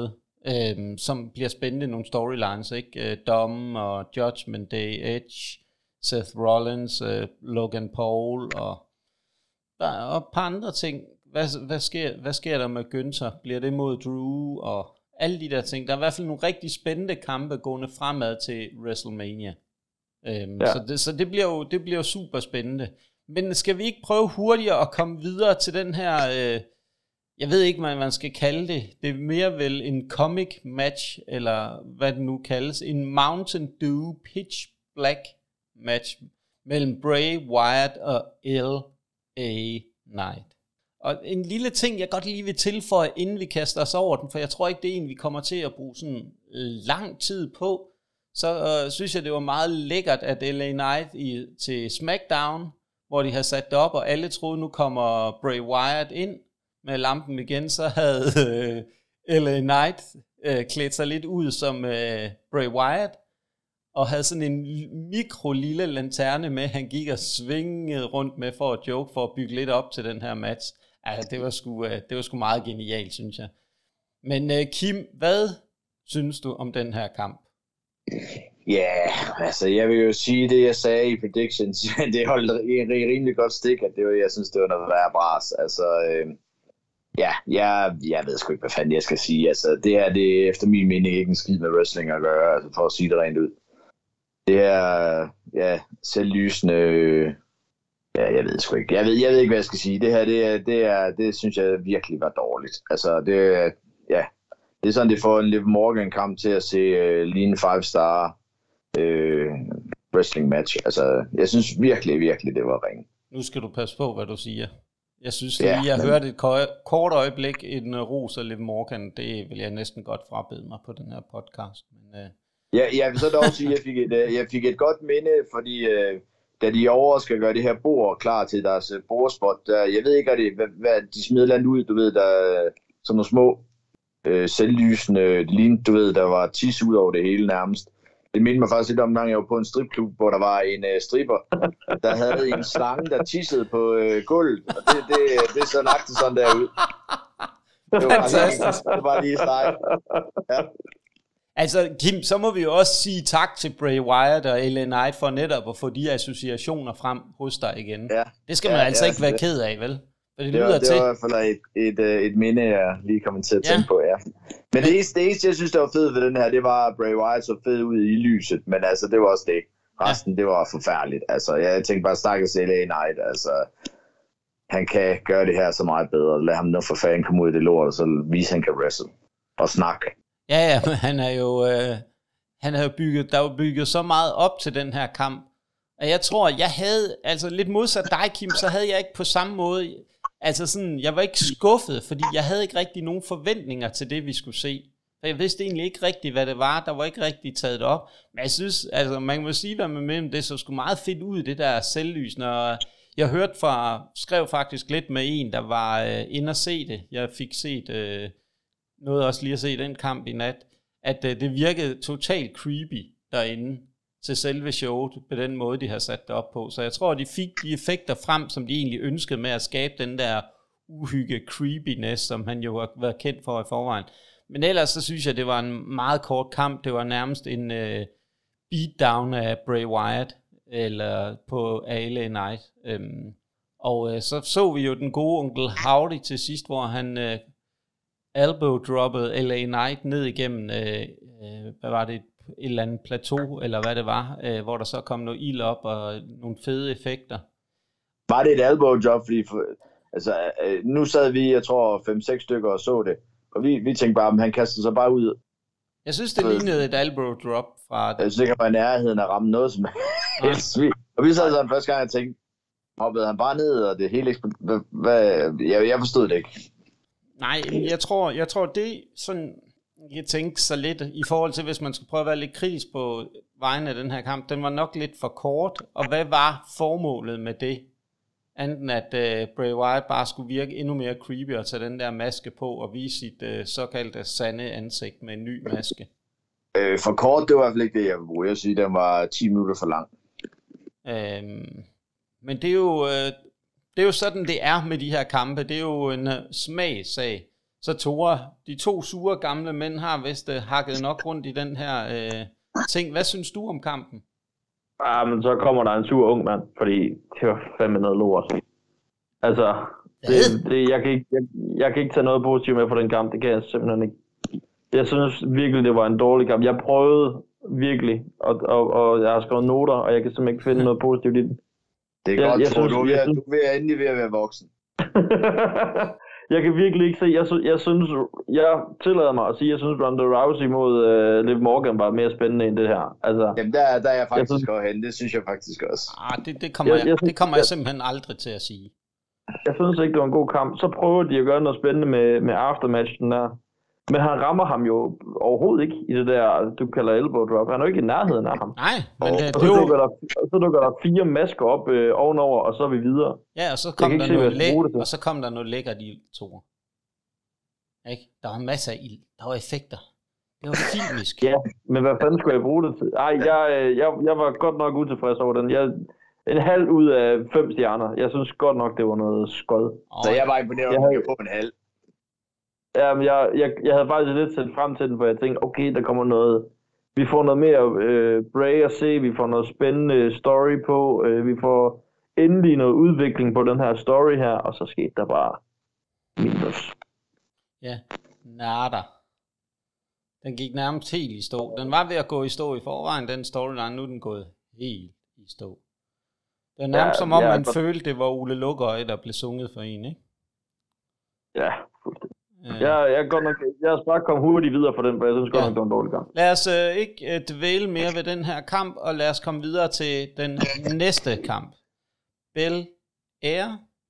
øhm, som bliver spændende, nogle storylines, ikke? Øh, Dom og Judgment Day, Edge, Seth Rollins, øh, Logan Paul og, der, og et par andre ting. Hvad, hvad, sker, hvad sker der med Günther? Bliver det mod Drew og alle de der ting? Der er i hvert fald nogle rigtig spændende kampe gående fremad til WrestleMania. Øhm, ja. så, det, så det bliver jo det bliver jo super spændende. Men skal vi ikke prøve hurtigere at komme videre til den her, øh, jeg ved ikke, hvad man skal kalde det. Det er mere vel en comic match, eller hvad det nu kaldes. En Mountain Dew Pitch Black match mellem Bray Wyatt og L A Knight. Og en lille ting, jeg godt lige vil tilføje, inden vi kaster os over den, for jeg tror ikke, det er en, vi kommer til at bruge sådan lang tid på, så øh, synes jeg, det var meget lækkert, at L A Knight i, til SmackDown, hvor de havde sat det op, og alle troede, nu kommer Bray Wyatt ind med lampen igen, så havde øh, L A Knight øh, klædt sig lidt ud som øh, Bray Wyatt, og havde sådan en mikro lille lanterne med, han gik og svingede rundt med for at joke, for at bygge lidt op til den her match. Altså, det var sgu, det var sgu meget genialt, synes jeg. Men uh, Kim, hvad synes du om den her kamp? Ja, yeah, altså jeg vil jo sige det, jeg sagde i predictions. Det holdt en rimelig godt stik, at det var, jeg synes, det var noget værre bras. Altså, øh, ja, jeg, jeg ved sgu ikke, hvad fanden jeg skal sige. Altså, det her, det er efter min mening ikke en skid med wrestling at gøre, altså for at sige det rent ud. Det er, ja, selvlysende... Ja, jeg ved sgu ikke. Jeg ved, jeg ved ikke, hvad jeg skal sige. Det her, det, er, det, er, det synes jeg virkelig var dårligt. Altså, det, ja, det er sådan, det får en Liv Morgan-kamp til at se uh, lige en five-star uh, wrestling match. Altså, jeg synes virkelig, virkelig, det var ringe. Nu skal du passe på, hvad du siger. Jeg synes, ja, lige, jeg men... hørte et kort øjeblik en ros af Liv Morgan. Det vil jeg næsten godt frabede mig på den her podcast. Men, uh... ja, jeg vil så dog sige, at jeg fik et, jeg fik et godt minde, fordi... Uh, da de over skal gøre det her bord klar til deres bordspot, der, jeg ved ikke, hvad, det, hvad, hvad de smider land ud, du ved, der sådan nogle små øh, selvlysende, det lignede, du ved, der var tis ud over det hele nærmest. Det mindte mig faktisk lidt om, at jeg var på en stripklub, hvor der var en øh, stripper, der havde en slange, der tissede på øh, gulvet, og det, det, det er så nøjagtigt sådan der ud. Det var fantastisk. Det var lige stejl. Ja. Altså, Kim, så må vi jo også sige tak til Bray Wyatt og L A Knight for netop at få de associationer frem hos dig igen. Ja. Det skal man ja, altså ja, ikke være det. ked af, vel? For det, det, lyder var, det til. var i hvert fald et, et, et minde, jeg lige kom til at tænke ja. på, ja. Men, men det eneste, det eneste, jeg synes, der var fedt ved den her, det var, at Bray Wyatt så fed ud i lyset. Men altså, det var også det. Resten, ja. det var forfærdeligt. Altså, jeg tænkte bare, stakkels L A Knight, altså... Han kan gøre det her så meget bedre. Lad ham nu for fanden komme ud i det lort, og så vise, han kan wrestle. Og snakke. Ja, ja, men han er jo... Øh... Han havde bygget, der var bygget så meget op til den her kamp, og jeg tror, jeg havde, altså lidt modsat dig, Kim, så havde jeg ikke på samme måde, altså sådan, jeg var ikke skuffet, fordi jeg havde ikke rigtig nogen forventninger til det, vi skulle se. For jeg vidste egentlig ikke rigtigt, hvad det var, der var ikke rigtig taget det op. Men jeg synes, altså man må sige, hvad man med det så sgu meget fedt ud, det der selvlysende, og jeg hørte fra, skrev faktisk lidt med en, der var øh, inde og se det. Jeg fik set, øh, noget også lige at se den kamp i nat, at øh, det virkede totalt creepy derinde til selve showet, på den måde, de har sat det op på. Så jeg tror, de fik de effekter frem, som de egentlig ønskede med at skabe den der uhygge creepiness, som han jo har været kendt for i forvejen. Men ellers så synes jeg, det var en meget kort kamp. Det var nærmest en øh, beatdown af Bray Wyatt, eller på L A Knight. Øhm, og øh, så så vi jo den gode onkel Howdy til sidst, hvor han... Øh, elbow-droppet L A Knight ned igennem, øh, øh, hvad var det, et eller andet plateau, eller hvad det var, øh, hvor der så kom noget ild op, og nogle fede effekter. Var det et elbow-drop? Fordi, for, altså, øh, nu sad vi, jeg tror, fem seks stykker og så det, og vi, vi tænkte bare, at han kastede sig bare ud. Jeg synes, det lignede et elbow-drop fra... Jeg synes ikke, han var i nærheden at ramme noget som helst. Og vi sad sådan første gang, og tænkte, hoppede han bare ned, og det hele eksploderede. Jeg, jeg forstod det ikke. Nej, jeg tror, jeg tror det sådan, jeg tænkte så lidt i forhold til, hvis man skal prøve at være lidt kritisk på vejen af den her kamp, den var nok lidt for kort, og hvad var formålet med det? Anden at uh, Bray Wyatt bare skulle virke endnu mere creepy og tage den der maske på og vise sit uh, såkaldte sande ansigt med en ny maske. Øh, for kort, det var i hvert fald ikke det, jeg ville bruge. Jeg synes, den var ti minutter for lang. Øhm, men det er jo... Uh, Det er jo sådan, det er med de her kampe. Det er jo en uh, smagssag. Så Tore, de to sure gamle mænd har vist uh, hakket nok rundt i den her uh, ting. Hvad synes du om kampen? Ah, men så kommer der en sur ung mand, fordi det var fandme noget lort. Altså, det, det, jeg, kan ikke, jeg, jeg kan ikke tage noget positivt med på den kamp, det kan jeg simpelthen ikke. Jeg synes virkelig, det var en dårlig kamp. Jeg prøvede virkelig, og, og, og jeg har skrevet noter, og jeg kan simpelthen ikke finde noget positivt i den. Det er jeg, godt, jeg tror, synes, du, er ved, jeg synes, du er endelig ved at være voksen. jeg kan virkelig ikke se, jeg, sy- jeg synes, jeg tillader mig at sige, jeg synes, Ronda Rousey mod uh, Liv Morgan var mere spændende end det her. Altså, Jamen, der, der er jeg faktisk jeg synes, også hen. Det synes jeg faktisk også. Ah, det, det, kommer, jeg, jeg, jeg, det kommer jeg jeg, simpelthen aldrig til at sige. Jeg synes ikke, det var en god kamp. Så prøver de at gøre noget spændende med, med aftermatchen der. Men han rammer ham jo overhovedet ikke i det der, du kalder elbow drop. Han er jo ikke i nærheden af ham. Nej, men og, det, og det så, jo... dukker der, så dukker der fire masker op øh, ovenover, og så er vi videre. Ja, og så kom der se, noget læ- det og så kom der noget lækkert ild, Tore. Ikke? Der var masser af ild. Der var effekter. Det var filmisk. Ja, men hvad fanden skulle jeg bruge det til? Ej, jeg, jeg, jeg var godt nok utilfreds over den. Jeg, en halv ud af fem stjerner. Jeg synes godt nok, det var noget skod. Oh, så jeg var imponeret, at jeg på en halv. Ja, men jeg, jeg, jeg havde faktisk lidt set frem til den, for jeg tænkte, okay, der kommer noget. Vi får noget mere øh, Bray at se, vi får noget spændende story på, øh, vi får endelig noget udvikling på den her story her, og så skete der bare minus. Ja, nada. Den gik nærmest helt i stå. Den var ved at gå i stå i forvejen, den storyline, nu er den gået helt i stå. Det er nærmest ja, som om, ja, man godt... følte, det var Ole Lukøje, der blev sunget for en, ikke? Ja, fuldstændig. Ja, jeg, godt nok, jeg skal bare komme hurtigt videre for den, for jeg synes godt ja. nok, det var en dårlig kamp. Lad os øh, ikke øh, dvæle mere ved den her kamp, og lad os komme videre til den næste kamp. Bel Air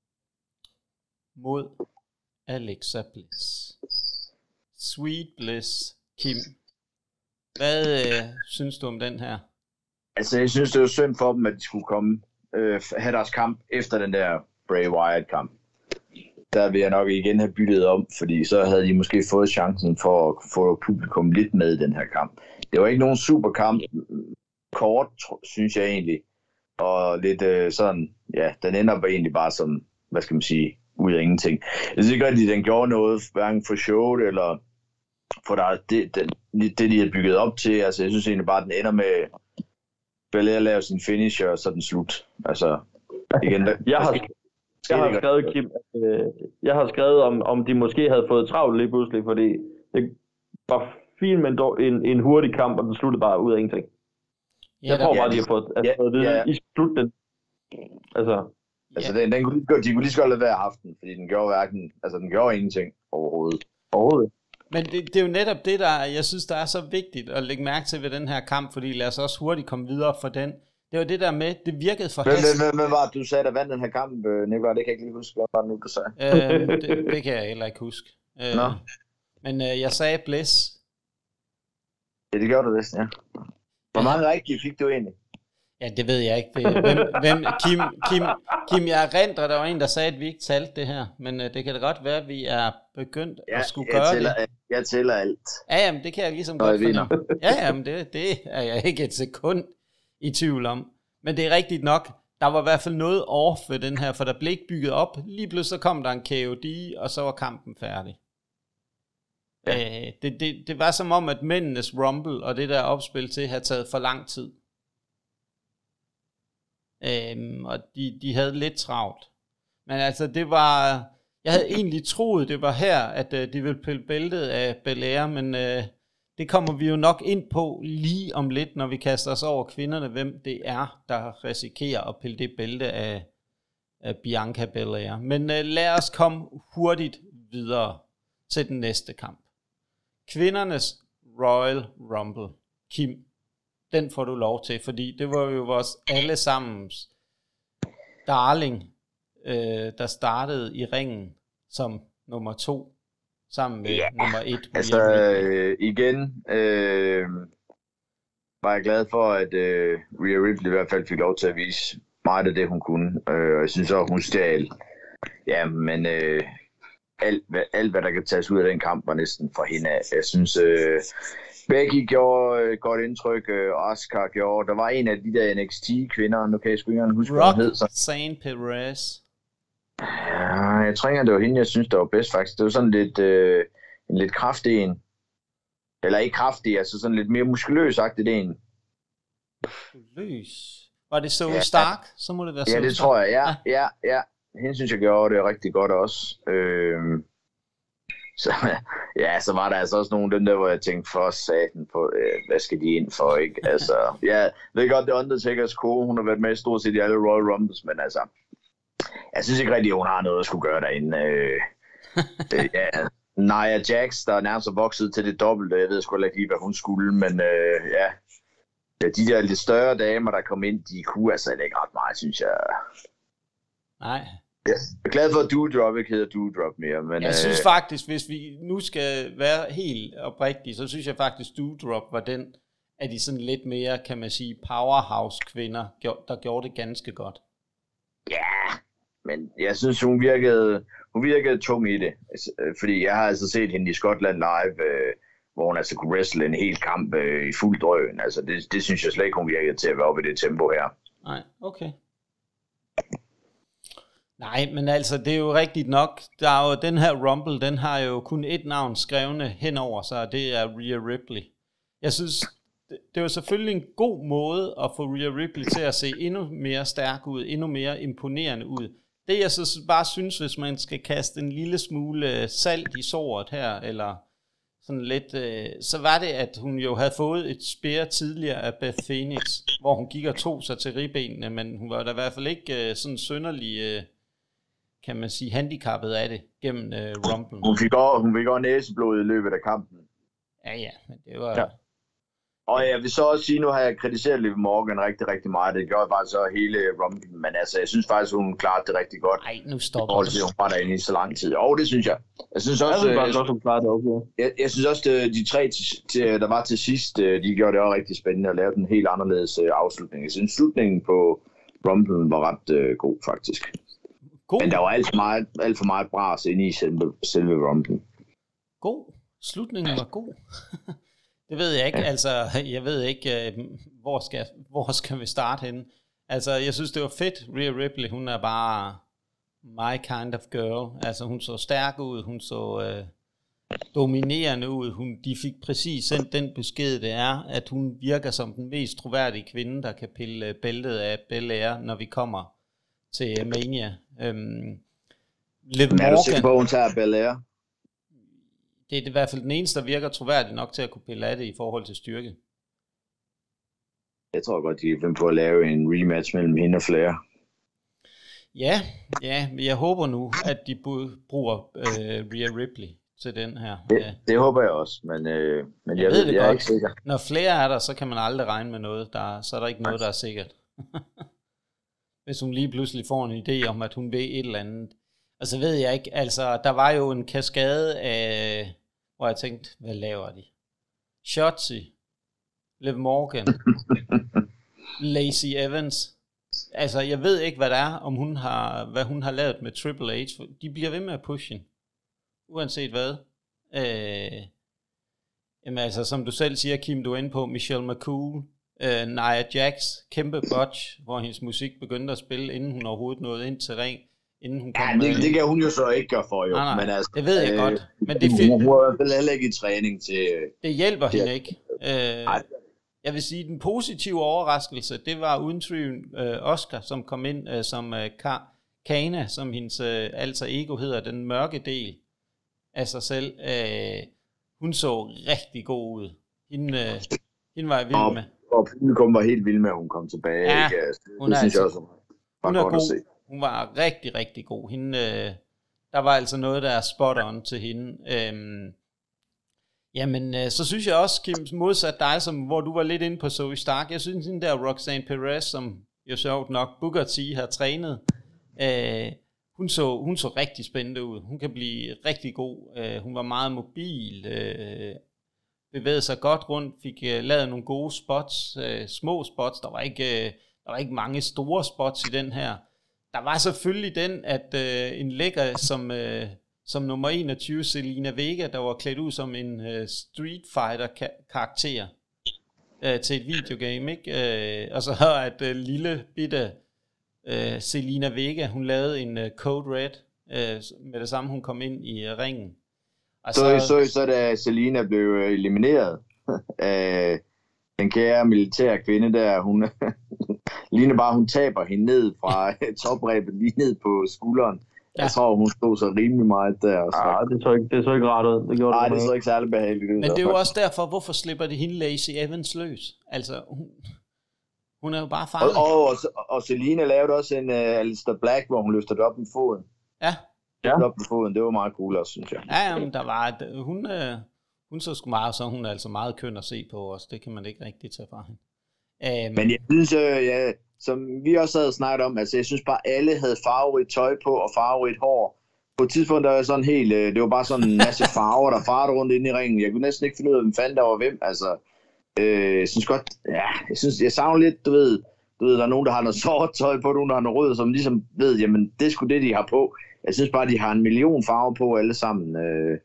mod Alexa Bliss. Sweet Bliss, Kim. Hvad øh, synes du om den her? Altså, jeg synes, det var synd for dem, at de skulle komme øh, have deres kamp efter den der Bray Wyatt-kamp. Der vil jeg nok igen have byttet om, fordi så havde de måske fået chancen for at få publikum lidt med i den her kamp. Det var ikke nogen super kamp. Kort, synes jeg egentlig. Og lidt øh, sådan, ja, den ender bare egentlig bare som, hvad skal man sige, ud af ingenting. Jeg synes ikke rigtig, at den gjorde noget, hverken for showet eller for der, det, det, det, de har bygget op til. Altså, jeg synes egentlig bare, at den ender med Belair lave sin finisher, og så den slut. Altså, igen, der, jeg har... Jeg har skrevet, Kim, at, øh, jeg har skrevet om, om de måske havde fået travlt lige pludselig, fordi det var fint med en, en hurtig kamp, og den sluttede bare ud af ingenting. Ja, jeg tror bare, de har fået altså, ja, det ja. i slutningen. Altså, altså den, den kunne, de kunne lige så godt lade være aften, fordi den gjorde hverken, altså den gjorde ingenting overhovedet. Overhovedet. Men det, det er jo netop det, der jeg synes, der er så vigtigt at lægge mærke til ved den her kamp, fordi lad os også hurtigt komme videre for den. Det var det der med, det virkede for hast. Men, men, men var du sagde, der vandt den her kamp, Nicolaj, det kan jeg ikke lige huske, hvad var det nu, du sagde? Øh, det, det kan jeg heller ikke huske. Øh, Nå. Men øh, jeg sagde Bliss. Ja, det gjorde du vist, ja. Hvor mange rigtige fik du egentlig? Ja, det ved jeg ikke. Det, hvem, hvem, Kim, Kim, Kim, jeg erindrer, der var en, der sagde, at vi ikke talte det her, men øh, det kan da godt være, at vi er begyndt ja, at skulle jeg gøre tæller, det. Jeg tæller alt. Ja, jamen, det kan jeg ligesom Nå, godt fornemme. Ja, jamen, det, det er jeg ikke et sekund i tvivl om. Men det er rigtigt nok, der var i hvert fald noget off ved den her, for der blev ikke bygget op. Lige pludselig så kom der en K O D, og så var kampen færdig. Ja. Øh, det, det, det var som om, at mændenes Rumble og det der opspil til havde taget for lang tid. Øhm, og de, de havde lidt travlt. Men altså, det var... Jeg havde egentlig troet, det var her, at uh, de ville pille bæltet af Belair, men uh, det kommer vi jo nok ind på lige om lidt, når vi kaster os over kvinderne, hvem det er, der risikerer at pille det bælte af, af Bianca Belair. Men uh, lad os komme hurtigt videre til den næste kamp. Kvindernes Royal Rumble. Kim, den får du lov til, fordi det var jo vores allesammens darling, øh, der startede i ringen som nummer to, sammen med ja. nummer et. Altså øh, igen øh, var jeg glad for, at øh, Rhea Ripley i hvert fald fik lov til at vise meget af det, hun kunne. Øh, og jeg synes også, hun stjal. Ja, men øh, alt, hvad, alt, hvad der kan tages ud af den kamp, var næsten for hende af. Jeg synes... Øh, Becky gjorde et godt indtryk, Asuka gjorde. Der var en af de der N X T-kvinder, nu kan jeg sgu ikke engang huske, hvad hun hed. Roxanne Perez. Ja, jeg tror ikke, det var hende, jeg synes, der var bedst faktisk. Det var sådan lidt, øh, en lidt kraftig en. Eller ikke kraftig, altså sådan lidt mere muskuløs-agtigt en. Løs. Var det så Ja. Stark? Så må det være Ja, Zoe det Stark. tror jeg. Ja, ja, ja. Hende synes jeg gjorde det rigtig godt også. Øhm, så, ja, så var der altså også nogle af dem der, hvor jeg tænkte, for satan på, øh, hvad skal de ind for, ikke? Altså, ja, jeg ved godt, det er Undertakers kone, hun har været med i stort set i alle Royal Rumbles, men altså, jeg synes ikke rigtig, at hun har noget at skulle gøre derinde. Øh, det, ja, Nia Jax, der nærmest er vokset til det dobbelte, jeg ved sgu ikke lige, hvad hun skulle, men øh, ja, de der lidt større damer, der kom ind, de kunne altså ikke ret meget, synes jeg. Nej. Jeg er glad for, at Doudrop ikke hedder Doudrop mere. Men, Jeg synes øh, faktisk, hvis vi nu skal være helt oprigtige, så synes jeg faktisk, Doudrop var den af de sådan lidt mere, kan man sige, powerhouse-kvinder, der gjorde det ganske godt. Ja, men jeg synes, hun virkede, hun virkede tung i det. Fordi jeg har altså set hende i Skotland live, øh, hvor hun altså kunne wrestle en hel kamp øh, i fuld drøn. Altså, det, det synes jeg slet ikke, hun virkede til at være oppe i det tempo her. Nej, okay. Nej, men altså, det er jo rigtigt nok. Der er jo den her Rumble, den har jo kun et navn skrevne henover sig, og det er Rhea Ripley. Jeg synes, det, det var selvfølgelig en god måde at få Rhea Ripley til at se endnu mere stærk ud, endnu mere imponerende ud. Det jeg så bare synes, hvis man skal kaste en lille smule salt i såret her, eller sådan lidt, øh, så var det, at hun jo havde fået et spær tidligere af Beth Phoenix, hvor hun gik og tog sig til ribbenene, men hun var da i hvert fald ikke øh, sådan synderlig, øh, kan man sige, handicappet af det gennem øh, Rumble. Hun fik også, hun fik også næseblod i løbet af kampen. Ja, ja, men det var... Ja. Og jeg vil så også sige, nu har jeg kritiseret Liv Morgan rigtig, rigtig meget. Det gjorde faktisk så hele Rumble, men altså, jeg synes faktisk, hun klarede det rigtig godt. Nej, nu stopper det. Hun var derinde i så lang tid. Og det synes jeg. Jeg synes også, jeg, synes, jeg, hun klarede det okay. jeg, jeg synes også, at de tre, der var til sidst, de gjorde det også rigtig spændende at lave den helt anderledes afslutning. Jeg synes, slutningen på Rumble var ret uh, god, faktisk. God. Men der var alt for meget, alt for meget bras inde i selve, selve Rumble. God. Slutningen var god. Det ved jeg ikke, ja. Altså, jeg ved ikke, hvor skal, hvor skal vi starte henne. Altså, jeg synes, det var fedt. Rhea Ripley, hun er bare my kind of girl. Altså, hun så stærk ud, hun så øh, dominerende ud. Hun, de fik præcis sendt den besked, det er, at hun virker som den mest troværdige kvinde, der kan pille bæltet af Belair, når vi kommer til Mania. Øhm, Liv Men er du sikker på, at hun tager Belair? Det er i hvert fald den eneste, der virker troværdig nok til at kunne pille af det i forhold til styrke. Jeg tror godt, de kan finde på at lave en rematch mellem hende og Flair. Ja, ja, men jeg håber nu, at de bruger øh, Rhea Ripley til den her. Det, ja. det håber jeg også, men, øh, men jeg, jeg, ved, ved det jeg godt. er ikke sikker. Når Flair er der, så kan man aldrig regne med noget. Der, så er der ikke noget, der er sikkert. Hvis hun lige pludselig får en idé om, at hun ved et eller andet. Og så ved jeg ikke, altså der var jo en kaskade af, hvor jeg tænkte, hvad laver de? Shotzi, Liv Morgan, Lacey Evans. Altså jeg ved ikke, hvad der er, om hun har, hvad hun har lavet med Triple H. De bliver ved med at pushe hende. Uanset hvad. Øh, jamen altså, som du selv siger, Kim, du er inde på, Michelle McCool, øh, Nia Jax, kæmpe botch, hvor hendes musik begyndte at spille, inden hun overhovedet nåede ind til ring. Inden hun ja, det, det kan hun jo så ikke gøre for, jo. Nej, nej, men altså, det ved jeg øh, godt. Men det det hun har i hvert fald heller ikke i træning til... Det hjælper til, hende ikke. Øh, jeg vil sige, den positive overraskelse, det var uden tvivl øh, Oscar, som kom ind øh, som øh, Kana, som hendes øh, alter ego hedder, den mørke del af sig selv. Øh, hun så rigtig god ud. Hende, øh, hende var jeg vild med. Og publikum var helt vild med, at hun kom tilbage. Ja, ikke? Altså, det, hun det er synes altså, jeg også var hun er godt god. at se. Hun var rigtig, rigtig god. Hende, øh, der var altså noget, der er spot on til hende. Øhm, jamen, øh, så synes jeg også, Kim, modsat dig, som, hvor du var lidt inde på Zoe Stark, jeg synes, den der Roxanne Perez, som jo sjovt nok Booker T har trænet, øh, hun, så, hun så rigtig spændende ud. Hun kan blive rigtig god. Øh, hun var meget mobil, øh, bevægede sig godt rundt, fik øh, lavet nogle gode spots, øh, små spots. Der var ikke... Øh, Der var ikke mange store spots i den her. Der var selvfølgelig den, at øh, en lækker som, øh, som nummer enogtyve, Selena Vega, der var klædt ud som en øh, Street Fighter-karakter øh, til et videogame, ikke? Øh, og så at øh, lille bitte øh, Zelina Vega, hun lavede en uh, Code Red øh, med det samme, hun kom ind i uh, ringen. Og så, så, så, så da Zelina blev elimineret af den kære militære kvinde der, hun ligner bare, hun taber hende ned fra topræbet lige ned på skulderen. Ja. Jeg tror, hun stod så rimelig meget der. Og så. Ah, det så ikke, det så ikke ret ud. Det Nej, det, det så ikke særlig behageligt ud. Men det er jo også derfor, hvorfor slipper de hende Lacey Evans løs? Altså, hun, hun er jo bare farlig. Og, og, og, og Zelina lavede også en uh, Alistair Black, hvor hun løftede op med foden. Ja. Ja. Op med foden, det var meget cool også, synes jeg. Ja, jamen, der var et, hun, øh, hun så sgu meget, så hun er altså meget køn at se på os. Det kan man ikke rigtig tage fra hende. Um, Men jeg synes, øh, ja, som vi også havde snakket om, altså jeg synes bare, alle havde farverigt tøj på og farverigt hår. På et tidspunkt, der var sådan helt, øh, det var bare sådan en masse farver, der farvede rundt inde i ringen. Jeg kunne næsten ikke finde ud af, hvem fanden der var hvem. Altså, øh, jeg synes godt, ja, jeg synes, jeg savner lidt, du ved, du ved, der er nogen, der har noget sort tøj på, nogen, der har noget rød, som ligesom ved, jamen, det er sgu det, de har på. Jeg synes bare, de har en million farver på alle sammen. Øh,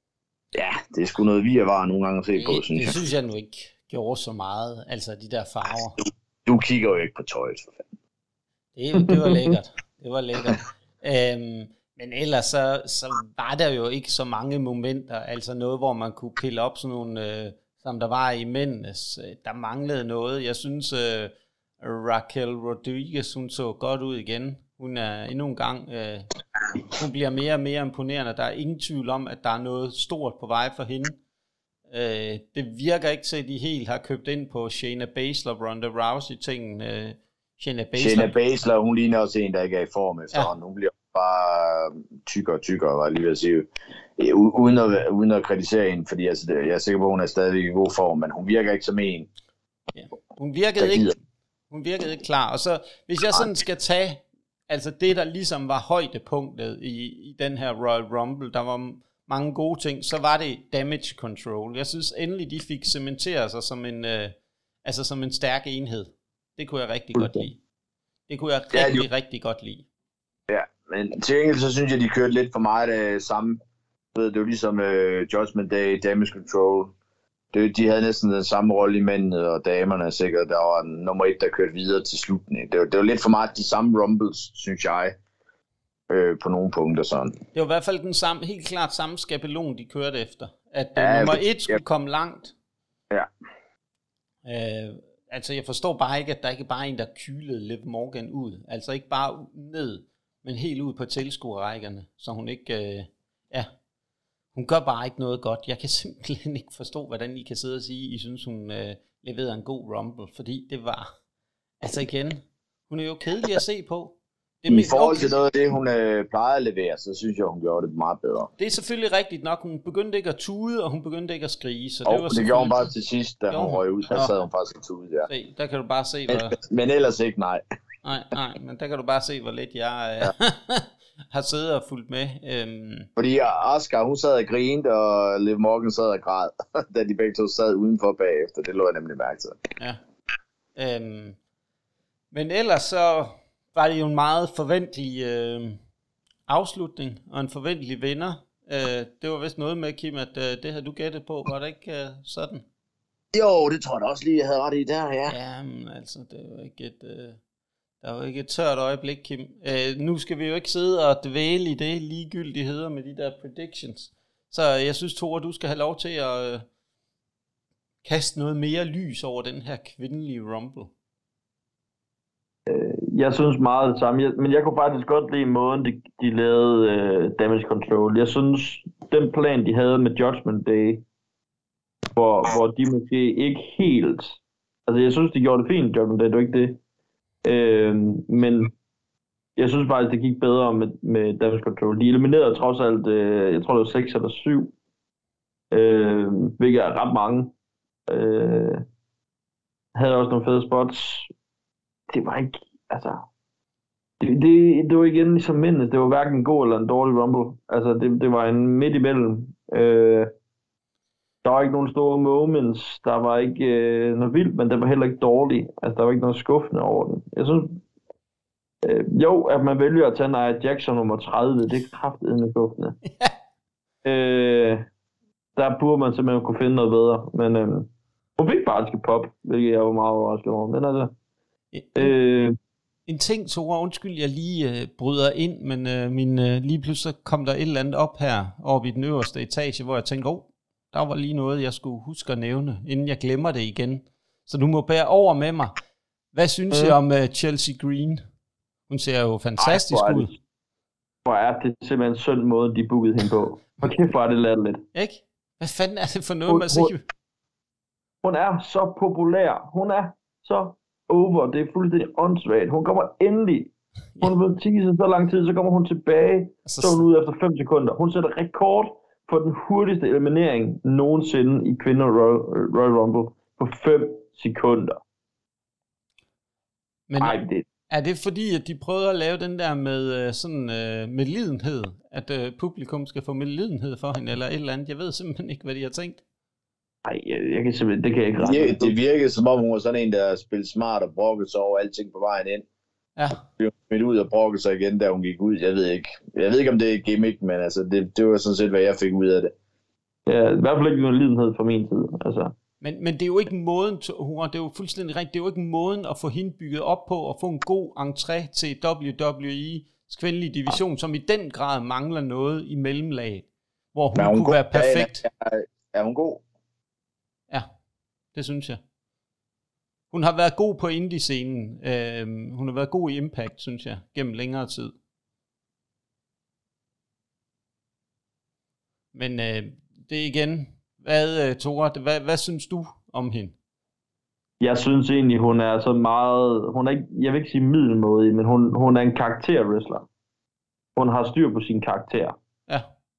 ja, det er sgu noget, vi har nogle gange at se på, det, synes jeg. Det synes jeg nu ikke gjorde så meget, altså de der farver. Du, du kigger jo ikke på tøjet, for fanden. Det, det var lækkert. Det var lækkert. Øhm, men ellers så, så var der jo ikke så mange momenter, altså noget, hvor man kunne pille op sådan nogle, øh, som der var i mændenes. Der manglede noget. Jeg synes, øh, Raquel Rodriguez, hun så godt ud igen. Hun er endnu en gang, øh, hun bliver mere og mere imponerende. Der er ingen tvivl om, at der er noget stort på vej for hende. Øh, det virker ikke til, at de helt har købt ind på Shayna Baszler, Ronda Rousey-tingen. Øh, Shayna Baszler. Shayna Baszler, hun ligner også en, der ikke er i form efterhånden. Ja. Hun bliver bare tykkere og tykkere, var jeg lige ved at sige. Uden at, uden at kritisere hende, fordi altså, det, jeg er sikker på, at hun er stadig i god form, men hun virker ikke som en. Ja. Hun virkede ikke, hun virkede ikke klar. Og så, hvis jeg sådan skal tage, altså det, der ligesom var højdepunktet i, i den her Royal Rumble, der var mange gode ting, så var det damage control. Jeg synes endelig, de fik cementeret sig som en, øh, altså som en stærk enhed. Det kunne jeg rigtig okay. godt lide. Det kunne jeg rigtig, ja, rigtig godt lide. Ja, men til enkelt så synes jeg, de kørte lidt for meget af det samme. Det var ligesom uh, Judgment Day, damage control. Det, de havde næsten den samme rolle i mændene, og damerne sikkert. Der var en nummer et, der kørte videre til slutningen. Det var, det var lidt for meget de samme rumbles, synes jeg. Øh, på nogle punkter sådan. Det var i hvert fald den samme, helt klart samme skabelon, de kørte efter. At ja, nummer et skulle ja. komme langt. Ja. Øh, altså jeg forstår bare ikke, at der ikke bare er en, der kylede Liv Morgan ud. Altså ikke bare ned, men helt ud på tilskuerrækkerne. Så hun ikke, øh, ja, hun gør bare ikke noget godt. Jeg kan simpelthen ikke forstå, hvordan I kan sidde og sige, I synes hun øh, leverede en god rumble. Fordi det var, altså igen, hun er jo kedelig at se på. Det I forhold til noget af det, hun øh, plejede at levere, så synes jeg, hun gjorde det meget bedre. Det er selvfølgelig rigtigt nok. Hun begyndte ikke at tude, og hun begyndte ikke at skrige. Så og det, var det gjorde hun bare til sidst, da hun røg ud. Der sad hun faktisk og tude, ja. Se, der kan du bare se, men, hvor... men ellers ikke, nej. Nej, nej, men der kan du bare se, hvor lidt jeg øh, ja. har siddet og fulgt med. Øhm... Fordi Asuka, hun sad og grinte, og Liv Morgan sad og græd, da de begge to sad udenfor bagefter. Det lå jeg nemlig mærke til. Ja. Øhm... Men ellers så... var det jo en meget forventelig øh, afslutning, og en forventelig vinder. Øh, det var vist noget med, Kim, at øh, det havde du gættet på. Var det ikke øh, sådan? Jo, det tror jeg da også lige, jeg havde ret i der, ja. Jamen, altså, det var ikke et, øh, der var ikke et tørt øjeblik, Kim. Øh, nu skal vi jo ikke sidde og dvæle i det ligegyldigheder med de der predictions. Så jeg synes, Thor, du skal have lov til at øh, kaste noget mere lys over den her kvindelige Rumble. Jeg synes meget det samme, jeg, men jeg kunne faktisk godt lide måden, de, de lavede uh, damage control. Jeg synes, den plan, de havde med Judgment Day, hvor, hvor de måske ikke helt... Altså, jeg synes, de gjorde det fint, Judgment Day, det var ikke det. Uh, men jeg synes faktisk, det gik bedre med, med damage control. De eliminerede trods alt, uh, jeg tror, det var seks eller syv, uh, hvilket er ret mange. Uh, havde også nogle fede spots. Det var ikke... Altså, det, det, det var igen ligesom mændenes. Det var hverken en god eller en dårlig rumble. Altså, det, det var en midt imellem. Øh, der var ikke nogen store moments. Der var ikke øh, noget vildt, men det var heller ikke dårligt. Altså, der var ikke noget skuffende over den. Jeg synes, øh, jo, at man vælger at tage Nia Jackson nummer tredive, det er kraftedeme skuffende. øh, der burde man simpelthen kunne finde noget bedre. Men øh, hun fik bare et pop, hvilket jeg var meget overrasket over. Men altså... Øh, en ting, Tore, undskyld, jeg lige øh, bryder ind, men øh, min, øh, lige pludselig kom der et eller andet op her, oppe i den øverste etage, hvor jeg tænkte, åh, oh, der var lige noget, jeg skulle huske at nævne, inden jeg glemmer det igen. Så du må bære over med mig. Hvad synes mm. I om uh, Chelsea Green? Hun ser jo fantastisk Ej, ud. Hvor er det simpelthen synd måde, de bookede hende på. Hvor kæft, var det latterligt. Ikke? Hvad fanden er det for noget, hun, man siger? Hun, hun er så populær. Hun er så over. Det er fuldstændig åndssvagt. Hun kommer endelig. Hun har været teaset så lang tid, så kommer hun tilbage. Altså, så er hun ud efter fem sekunder. Hun sætter rekord for den hurtigste eliminering nogensinde i kvinder Royal, Royal Rumble på fem sekunder. Men Ej, det... er det fordi, at de prøvede at lave den der med sådan uh, medlidenhed, at uh, publikum skal få medlidenhed for hende, eller et eller andet? Jeg ved simpelthen ikke, hvad de har tænkt. Nej, jeg, jeg kan simpelthen, det kan jeg ikke rette. Det, det virkede som om, hun var sådan en, der spillede smart og brokkede sig over alting på vejen ind. Ja. Hun blev ud og brokkede sig igen, da hun gik ud. Jeg ved ikke. Jeg ved ikke, om det er gimmick, men altså, det, det var sådan set, hvad jeg fik ud af det. Ja, i hvert fald ikke nogen lidenhed fra min side, altså. Men, men det er jo ikke måden, Hora, det er jo fuldstændig rigtigt, det er jo ikke måden at få hende bygget op på og få en god entré til W W E's kvindelige division, som i den grad mangler noget i mellemlaget, hvor hun, hun kunne god? være perfekt. Er, er hun god? Ja, det synes jeg. Hun har været god på indie-scenen. Øh, hun har været god i Impact, synes jeg, gennem længere tid. Men øh, det er igen... Hvad, Tore, hvad, hvad synes du om hende? Jeg synes egentlig, hun er så meget... Hun er ikke, jeg vil ikke sige middelmådig, men hun, hun er en karakterwrestler. Hun har styr på sin karakter. Ja.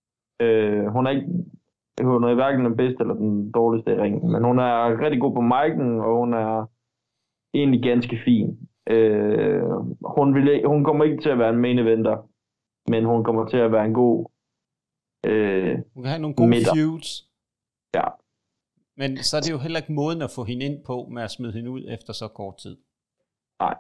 Øh, hun er ikke... Hun er hverken den bedste eller den dårligste i ringen, men hun er rigtig god på mic'en, og hun er egentlig ganske fin. Øh, hun, vil, hun kommer ikke til at være en main eventer, men hun kommer til at være en god... Øh, hun kan have nogle gode midter. Feuds. Ja. Men så er det jo heller ikke måden at få hende ind på med at smide hende ud efter så kort tid. Nej.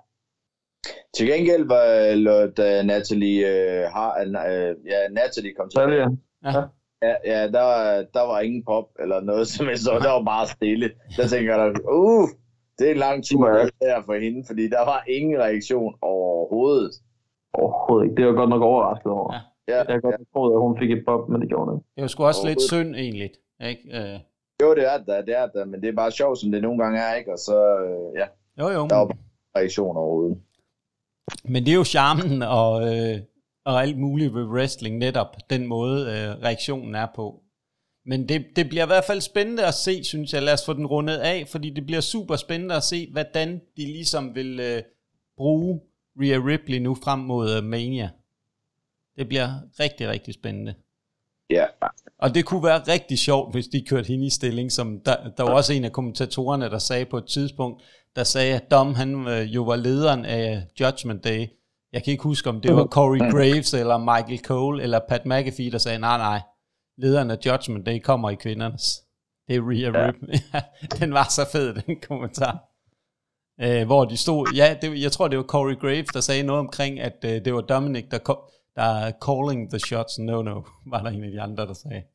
Til gengæld var da Natalie øh, har øh, ja Natalie kom til. Ja. Ja. Ja, ja, der var der var ingen pop eller noget som helst, så der var bare stille. Der tænker jeg, uh, det er en lang tur der for hende, fordi der var ingen reaktion overhovedet. Overhovedet ikke. Det var godt nok overrasket over. Ja. Ja, jeg har godt ja. troet, at hun fik et pop, men det gjorde hun ikke. Det var sgu også lidt synd egentlig. Ikke? Uh... Jo, det er det, det er det, men det er bare sjovt, som det nogle gange er, ikke? Og så, øh, ja, jo, jo, der var bare reaktion overhovedet. Men det er jo charmen og, øh, og alt muligt ved wrestling, netop den måde øh, reaktionen er på. Men det, det bliver i hvert fald spændende at se, synes jeg. Lad os få den rundet af, fordi det bliver super spændende at se, hvordan de ligesom vil øh, bruge Rhea Ripley nu frem mod øh, Mania. Det bliver rigtig, rigtig spændende. Ja. Yeah. Og det kunne være rigtig sjovt, hvis de kørte hende i stilling, som der, der var også en af kommentatorerne, der sagde på et tidspunkt, der sagde, at Dom, han øh, jo var lederen af Judgment Day. Jeg kan ikke huske, om det var Corey Graves, eller Michael Cole, eller Pat McAfee, der sagde, nej, nej, lederen af Judgment Day kommer i kvindernes. Det er Rhea ja. Ripley. Den var så fed, den kommentar. Øh, hvor de stod, ja, det, jeg tror, det var Corey Graves, der sagde noget omkring, at øh, det var Dominic, der kom, der er calling the shots, no, no, var der en af de andre, der sagde.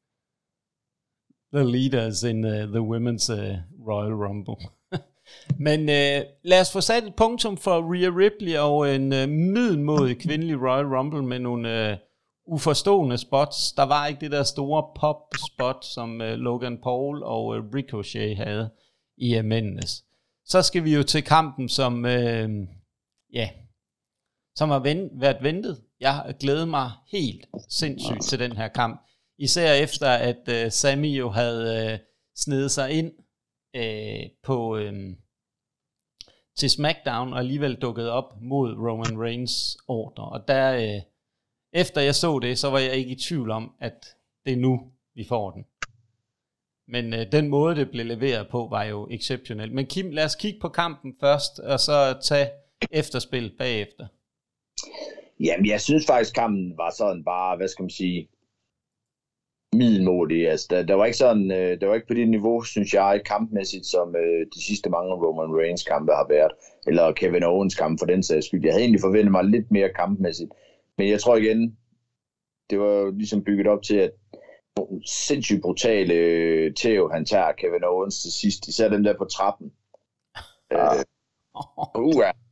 The leaders in uh, the women's uh, Royal Rumble. Men uh, lad os få sat et punktum for Rhea Ripley og en uh, middelmådig kvindelig Royal Rumble med nogle uh, uforstående spots. Der var ikke det der store pop-spot, som uh, Logan Paul og uh, Ricochet havde i uh, mændenes. Så skal vi jo til kampen, som, uh, ja, som har ven- været ventet. Jeg har glædet mig helt sindssygt til den her kamp. Især efter, at uh, Sami jo havde uh, snedet sig ind uh, på, um, til SmackDown og alligevel dukket op mod Roman Reigns ordre. Og der, uh, efter jeg så det, så var jeg ikke i tvivl om, at det er nu, vi får den. Men uh, den måde, det blev leveret på, var jo exceptionelt. Men Kim, lad os kigge på kampen først, og så tage efterspil bagefter. Jamen, jeg synes faktisk, kampen var sådan bare, hvad skal man sige, middelmådig. Altså, der, der var ikke sådan, øh, der var ikke på det niveau, synes jeg, kampmæssigt, som øh, de sidste mange Roman Reigns kampe har været, eller Kevin Owens kamp for den sags skyld. Jeg havde egentlig forventet mig lidt mere kampmæssigt, men jeg tror igen, det var ligesom bygget op til, at sindssygt brutale øh, tæv, han tager Kevin Owens til sidst, især dem der på trappen. Ja. Uh, uh,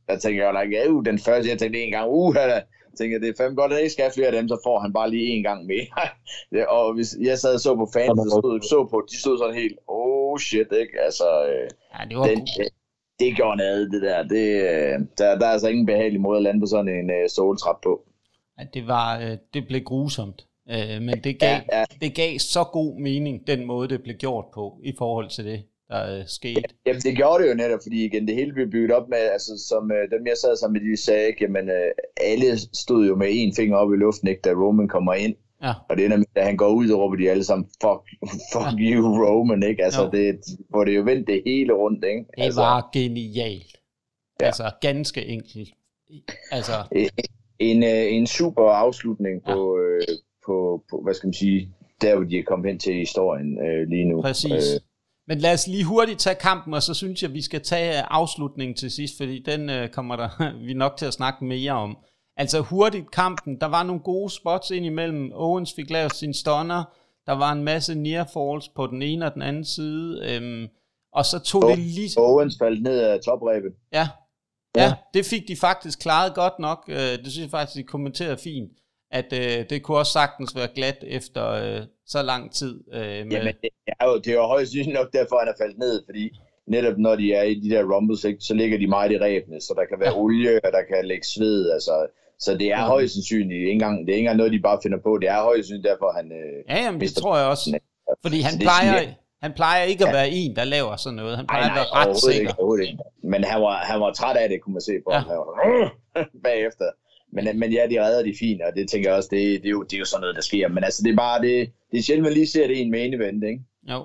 der tænker jeg jo, like, uh, den første, jeg tænkte en gang, uh, jeg tænker, det er fandme godt, at der ikke skal flere af dem, så får han bare lige en gang mere. Og hvis jeg sad og så på fans, så stod, så på, de stod sådan helt, oh shit, ikke? Altså, ja, det var den, det, det gjorde noget, det der. Det, der. Der er altså ingen behagelig måde at lande på sådan en uh, ståltrap på. Ja, det var, det blev grusomt. Uh, men det gav, ja, ja. det gav så god mening, den måde, det blev gjort på, i forhold til det, der uh, skete. Ja, jamen, det gjorde det jo netop, fordi igen, det hele blev bygget op med, altså som uh, dem jeg sad sammen med, de sagde, ikke, jamen uh, alle stod jo med en finger op i luften, ikke, da Roman kommer ind. Ja. Og det ender med, at han går ud og råber de alle sammen, fuck, fuck you Roman, ikke? Altså, jo. det, hvor det jo vendt det hele rundt, ikke? Det altså, var genialt. Ja. Altså, ganske enkelt. Altså... En, en super afslutning på, ja. øh, på, på, hvad skal man sige, der hvor de er kommet hen til historien øh, lige nu. Præcis. Øh. Men lad os lige hurtigt tage kampen, og så synes jeg, vi skal tage afslutningen til sidst, fordi den øh, kommer der vi nok til at snakke mere om. Altså hurtigt kampen, der var nogle gode spots ind imellem. Owens fik lavet sin stunner, der var en masse near falls på den ene og den anden side, øhm, og så tog o- det lige... Owens faldt ned af topræbet. Ja. Ja, det fik de faktisk klaret godt nok. Det synes jeg faktisk, de kommenterede fint, at øh, det kunne også sagtens være glat efter øh, så lang tid. Øh, med... Jamen, det er jo, det er jo højst synligt nok derfor, han er faldet ned, fordi netop når de er i de der rumbles, ikke, så ligger de meget i ræbene, så der kan være ja. olie, og der kan lægge sved, altså, så det er ja. højst sandsynligt. Ikke engang, det er ikke engang noget, de bare finder på, det er højst sandsynligt derfor, han... Øh, ja, jamen, det tror jeg også, fordi han plejer... Han plejer ikke at ja. være en, der laver sådan noget. Han plejer nej, nej, at være ret sikker. Ikke, ikke. Men han var, han var træt af det, kunne man se på. Ja. Han var bagefter. Men, men ja, de redder de fint, og det tænker jeg også, det, det, er jo, det er jo sådan noget, der sker. Men altså, det er bare, det, det er sjældent, man lige ser det i en main event, ikke? Jo.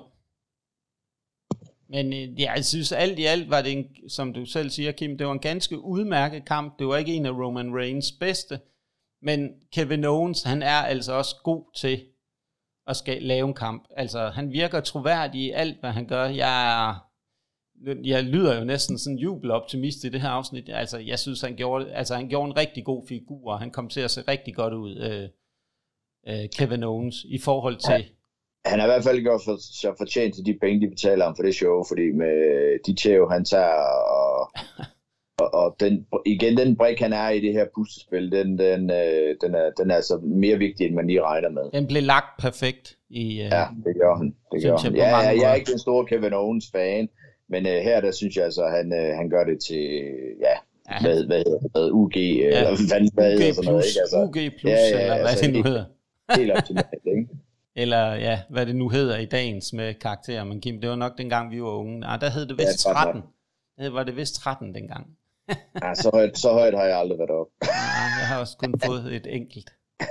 Men ja, jeg synes, alt i alt var det, en, som du selv siger, Kim, det var en ganske udmærket kamp. Det var ikke en af Roman Reigns bedste. Men Kevin Owens, han er altså også god til og skal lave en kamp. Altså, han virker troværdig i alt, hvad han gør. Jeg, jeg lyder jo næsten sådan jubeloptimist i det her afsnit. Altså, jeg synes, han gjorde, altså, han gjorde en rigtig god figur, og han kom til at se rigtig godt ud, øh, øh, Kevin Owens, i forhold til... Ja. Han har i hvert fald gjort for, så fortjent til de penge, de betaler ham for det show, fordi med de tæv, han tager, og, og, og den, igen, den brik, han er i det her puslespil, den, den, øh, den, er, den er altså mere vigtig, end man lige regner med. Den blev lagt perfekt i... Øh, ja, det gør han. Det gør han. Ja, jeg, jeg er ikke den store Kevin Owens fan, men øh, her, der synes jeg altså, han, øh, han gør det til, ja, ja hvad, hvad hedder det, U G, ja. eller hvad, hvad hedder sådan noget, ikke? Altså, U G plus, ja, ja, eller hvad altså, det nu hedder. Helt optimalt, ikke? Eller ja, hvad det nu hedder i dagens med karakterer, men Kim, det var nok dengang, vi var unge. Nej, der hed det vist tretten. Der var det vist tretten dengang. Ja, så højt, så højt har jeg aldrig været op. Ja, jeg har også kun fået et enkelt.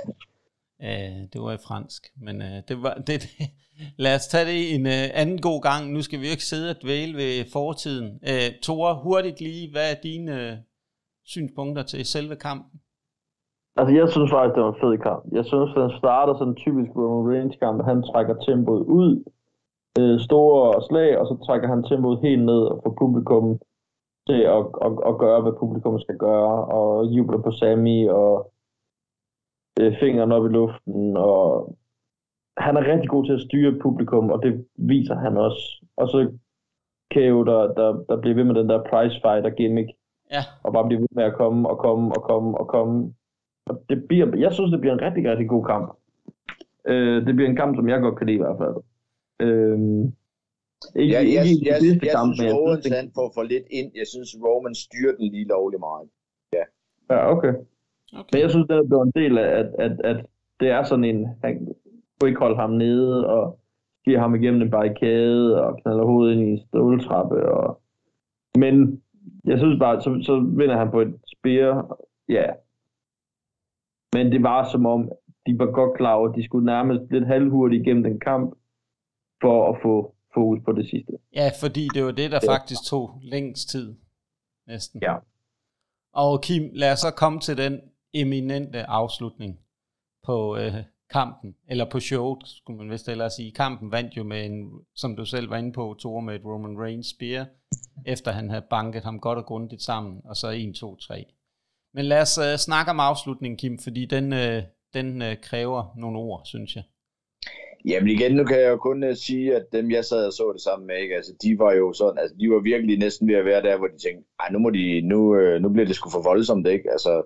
Uh, det var i fransk, men uh, det var det, det. Lad os tage det en uh, anden god gang. Nu skal vi jo ikke sidde og dvæle ved fortiden. Uh, Tore, hurtigt lige, hvad er dine uh, synspunkter til selve kampen? Altså, jeg synes faktisk, det var en fed kamp. Jeg synes, den starter sådan en typisk Roman Reigns kamp. Han trækker tempoet ud, øh, store slag, og så trækker han tempoet helt ned og får publikum til at, at, at gøre, hvad publikum skal gøre, og jubler på Sami, og øh, fingeren op i luften, og han er rigtig god til at styre publikum, og det viser han også. Og så K O, der, der, der bliver ved med den der prize fighter gimmick, ja. Og bare bliver ved med at komme og komme og komme og komme. Det bliver, jeg synes, det bliver en rigtig, rigtig god kamp. Øh, det bliver en kamp, som jeg godt kan lide i hvert fald. Øh, ikke, ja, jeg, ikke jeg, jeg, jeg, jeg kamp, synes, Owens han får for lidt ind. Jeg synes, Roman styrer den lige lovlig meget. Ja, ja okay. okay. Men jeg synes, det er blevet en del af, at, at, at det er sådan en, han kunne ikke holde ham nede, og giver ham igennem en barrikade, og knalder hovedet ind i en ståltrappe. Og... Men jeg synes bare, så, så vinder han på et spear, ja. Men det var som om, de var godt klar over, at de skulle nærmest lidt halvhurtigt igennem den kamp, for at få fokus på det sidste. Ja, fordi det var det, der ja. faktisk tog længst tid. Næsten. Ja. Og Kim, lad os så komme til den eminente afslutning på øh, kampen, eller på showet, skulle man vist ellers sige. Kampen vandt jo med en, som du selv var inde på, Tore, med et Roman Reigns spear, efter han havde banket ham godt og grundigt sammen, og så en, to, tre. Men lad os uh, snakke om afslutningen, Kim, fordi den, uh, den uh, kræver nogle ord, synes jeg. Jamen igen, nu kan jeg jo kun uh, sige, at dem jeg sad og så det sammen med, ikke? Altså, de var jo sådan, altså de var virkelig næsten ved at være der, hvor de tænkte, ej, nu må de, nu, uh, nu bliver det sgu for voldsomt, ikke? Altså,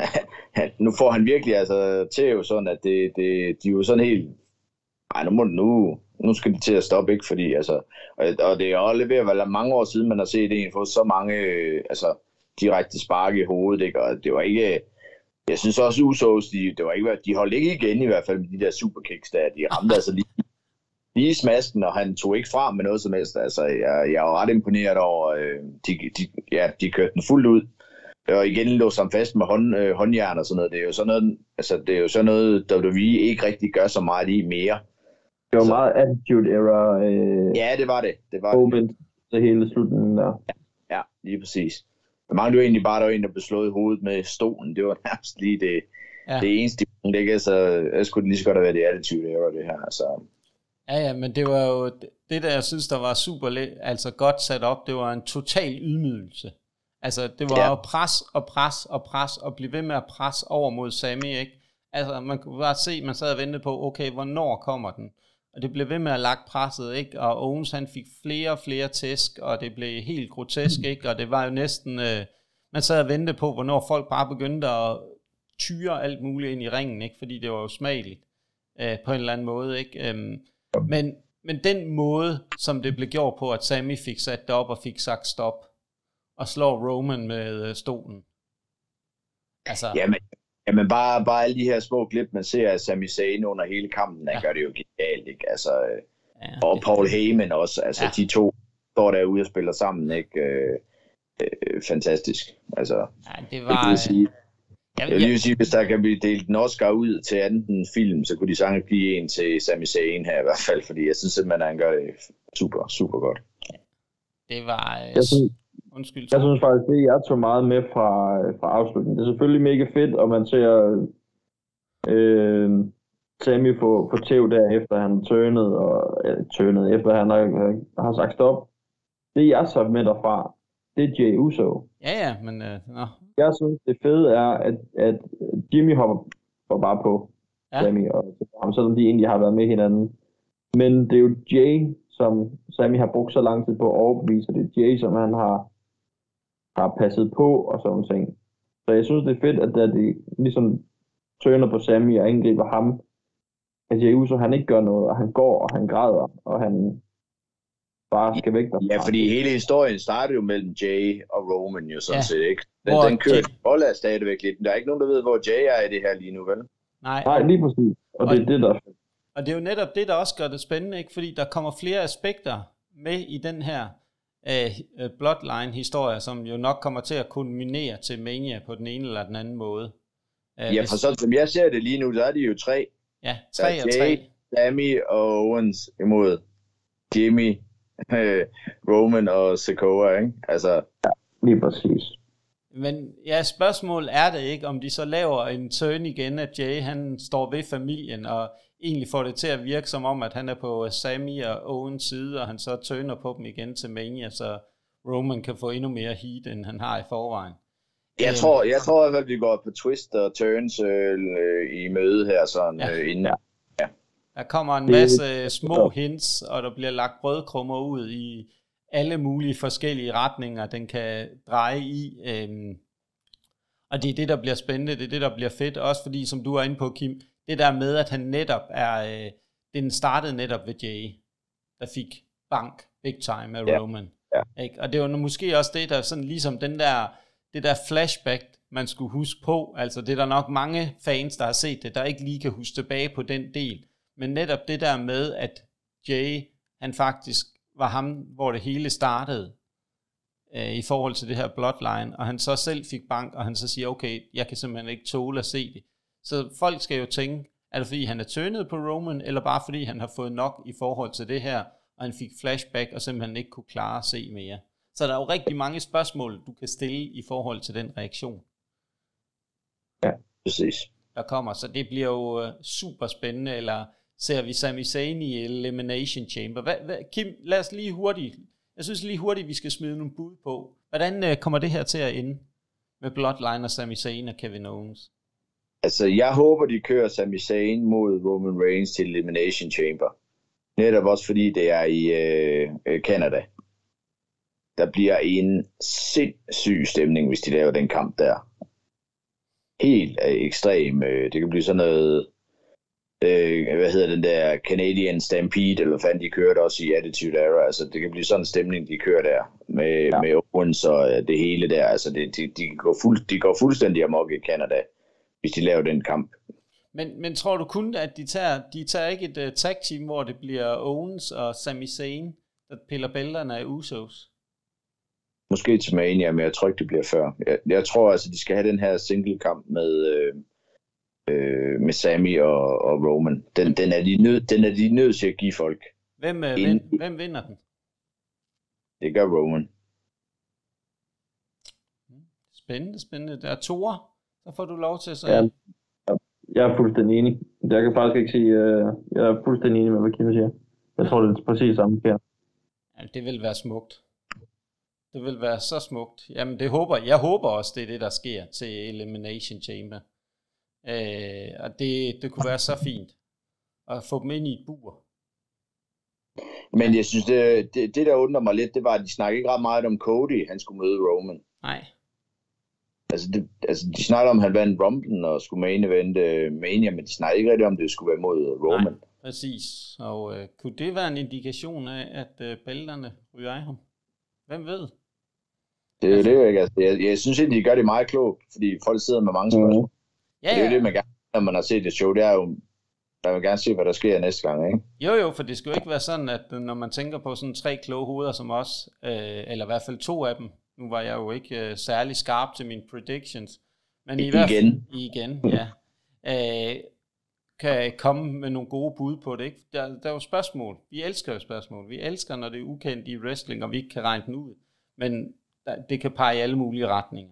nu får han virkelig altså til jo sådan, at det, det, de er jo sådan helt, ej, nu må nu, nu skal de til at stoppe, ikke? Fordi, altså, og, og det er jo ved at være mange år siden, man har set en få så mange, øh, altså, direkte spark i hovedet, ikke? Og det var ikke, jeg synes også Usos, de, det var ikke, de holdt ikke igen i hvert fald med de der superkicks der, de ramte altså lige, lige smasken, og han tog ikke fra med noget som helst, altså, jeg, jeg var ret imponeret over, øh, de, de, ja, de kørte den fuldt ud, og igen låste ham fast med hånd, øh, håndjern og sådan noget, det er jo sådan noget, altså, det er jo sådan noget, W W E ikke rigtig gør så meget i mere. Det var så meget attitude era. Øh, ja, det var det. Det var open det. Det hele slutningen der. Ja, ja, lige præcis. Der manglede jo egentlig bare, der var en, der blev slået i hovedet med stolen. Det var nærmest lige det, ja. det eneste, det ikke. Så jeg skulle lige så godt have været det attitude era, det her. Altså. Ja, ja, men det var jo det, der jeg synes, der var super altså godt sat op. Det var en total ydmygelse. Altså, det var ja. jo pres og pres og pres og blive ved med at presse over mod Sami, ikke? Altså, man kunne bare se, man sad og ventede på, okay, hvornår kommer den? Og det blev ved med at lagt presset, ikke? Og Owens, han fik flere og flere tæsk, og det blev helt grotesk, ikke? Og det var jo næsten, øh, man sad og ventede på, hvornår folk bare begyndte at tyre alt muligt ind i ringen, ikke? Fordi det var jo smageligt øh, på en eller anden måde, ikke? Øhm, men, men den måde, som det blev gjort på, at Sami fik sat det op og fik sagt stop, og slår Roman med øh, stolen. Altså... Jamen, jamen bare, bare alle de her små klip, man ser af Sami Zayn under hele kampen, der ja. gør det jo genialt, ikke? Altså, ja, og det... Paul Heyman også, altså ja. de to står derude og spiller sammen, ikke? Øh, øh, fantastisk. Altså, ja, det var... Jeg vil sige, jeg, jeg vil sige, hvis der kan blive delt en Oscar ud til anden film, så kunne de sagtens give en til Sami Zayn her i hvert fald, fordi jeg synes simpelthen, at han gør det super, super godt. Det var... Øh... Jeg synes, Undskyld. Jeg synes faktisk, det jeg tog meget med fra, fra afslutningen. Det er selvfølgelig mega fedt, og man ser øh, Sami få, få tæv der, efter han tørnede, og ja, tørnede, efter han har, har sagt stop. Det jeg så med derfra, det er Jey Uso. Ja, ja, men... Øh, no. Jeg synes, det fede er, at, at Jimmy hopper, hopper bare på ja. Sami, og ham, selvom de egentlig har været med hinanden. Men det er jo Jey, som Sami har brugt så lang tid på at overbevise, og det er Jey, som han har har passet på og sådan ting. Så jeg synes, det er fedt, at da de ligesom tørner på Sami og angriber ham, at Jey Uso, han ikke gør noget, og han går, og han græder, og han bare skal væk derfra. Ja, fordi hele historien startede jo mellem Jey og Roman jo sådan ja. set, ikke? Den, hvor den kører Bolla stadigvæk lidt. Der er ikke nogen, der ved, hvor Jey er i det her lige nu, vel? Nej, Nej lige præcis. Og, og det er det, der er fedt. Og det er jo netop det, der også gør det spændende, ikke? Fordi der kommer flere aspekter med i den her Uh, Bloodline-historier, som jo nok kommer til at kulminere til Mania på den ene eller den anden måde. Uh, ja, for sådan som jeg ser det lige nu, så er de jo tre. Ja, tre og Jey, tre. Sami og Owens imod Jimmy, uh, Roman og Sikoa, ikke? Altså... Ja, lige præcis. Men ja, spørgsmålet er det ikke, om de så laver en turn igen, at Jey, han står ved familien, og egentlig får det til at virke som om, at han er på Sami og Owens side, og han så turner på dem igen til Mania, så Roman kan få endnu mere heat, end han har i forvejen. Jeg tror, jeg tror i hvert fald, vi går på twist og turns øh, i møde her, sådan ja. øh, inden. Ja. Der kommer en masse små hints, og der bliver lagt brødkrummer ud i alle mulige forskellige retninger, den kan dreje i. Øhm, og det er det, der bliver spændende, det er det, der bliver fedt, også fordi, som du er inde på, Kim, det der med, at han netop er, øh, den startede netop ved Jey, der fik bank big time af ja. Roman. Ja. Ikke? Og det var måske også det, der sådan ligesom den der, det der flashback, man skulle huske på, altså det er der nok mange fans, der har set det, der ikke lige kan huske tilbage på den del, men netop det der med, at Jey, han faktisk var ham, hvor det hele startede, øh, i forhold til det her Bloodline, og han så selv fik bank, og han så siger, okay, jeg kan simpelthen ikke tåle at se det. Så folk skal jo tænke, er det fordi han er tørnet på Roman, eller bare fordi han har fået nok i forhold til det her, og han fik flashback, og simpelthen ikke kunne klare at se mere. Så der er jo rigtig mange spørgsmål, du kan stille i forhold til den reaktion. Ja, præcis. Der kommer, så det bliver jo super spændende, eller ser vi Sami Zayn i Elimination Chamber. Hvad, hvad, Kim, lad os lige hurtigt, jeg synes lige hurtigt, vi skal smide nogle bud på. Hvordan uh, kommer det her til at ende med Bloodline og Sami Zayn og Kevin Owens? Altså, jeg håber, de kører Sami Zayn mod Roman Reigns til Elimination Chamber. Netop også fordi det er i øh, Canada. Der bliver en sindssyg stemning, hvis de laver den kamp der. Helt øh, ekstrem. Øh, det kan blive sådan noget, øh, hvad hedder den der, Canadian Stampede, eller hvad fanden de kørte også i Attitude Era. Altså, det kan blive sådan en stemning, de kører der, med, ja. med Owens og øh, det hele der. Altså, det, de, de, går fuld, de går fuldstændig amok i Canada, hvis de laver den kamp. Men, men tror du kun, at de tager, de tager ikke et uh, tag team, hvor det bliver Owens og Sami Zayn, der piller bælterne af Usos? Måske til Mania, men jeg tror ikke, det bliver før. Jeg, jeg tror altså, de skal have den her single-kamp med, øh, øh, med Sami og, og Roman. Den, den, er de nød, den er de nødt til at give folk. Hvem, øh, vind, hvem vinder den? Det gør Roman. Spændende, spændende. Der er toer, så får du lov til at sige. Ja, jeg er fuldstændig enig. Jeg kan faktisk ikke sige, uh, jeg er fuldstændig enig med, hvad Kim siger. Jeg tror, det er præcis samme her. Ja, det vil være smukt. Det vil være så smukt. Jamen, det håber jeg. håber også, det er det, der sker til Elimination Chamber. Øh, og det, det kunne være så fint at få dem ind i et bur. Men jeg synes, det, det, det der undrer mig lidt, det var, at de snakkede ikke ret meget om Cody, han skulle møde Roman. Nej. Altså, det, altså de snakkede om, at han vandt Rumblen og skulle main event uh, Mania, men de snakkede ikke rigtig om, det skulle være mod Roman. Nej, præcis. Og øh, kunne det være en indikation af, at øh, bælterne ryger af ham? Hvem ved? Det er altså, det jo ikke. Altså, jeg, jeg synes egentlig, de gør det meget klogt, fordi folk sidder med mange spørgsmål. Mm. Ja, ja. Det er jo det, man gerne, når man har set det show, det er jo, man vil gerne se, hvad der sker næste gang, ikke? Jo, jo, for det skal jo ikke være sådan, at når man tænker på sådan tre kloge hoveder som os, øh, eller i hvert fald to af dem, nu var jeg jo ikke øh, særlig skarp til mine predictions, men i, I hvert fald igen, igen, ja, øh, kan komme med nogle gode bud på det, ikke? Der, der er jo spørgsmål. Vi elsker jo spørgsmål. Vi elsker, når det er ukendt i wrestling, og vi ikke kan regne den ud. Men der, det kan pege i alle mulige retninger.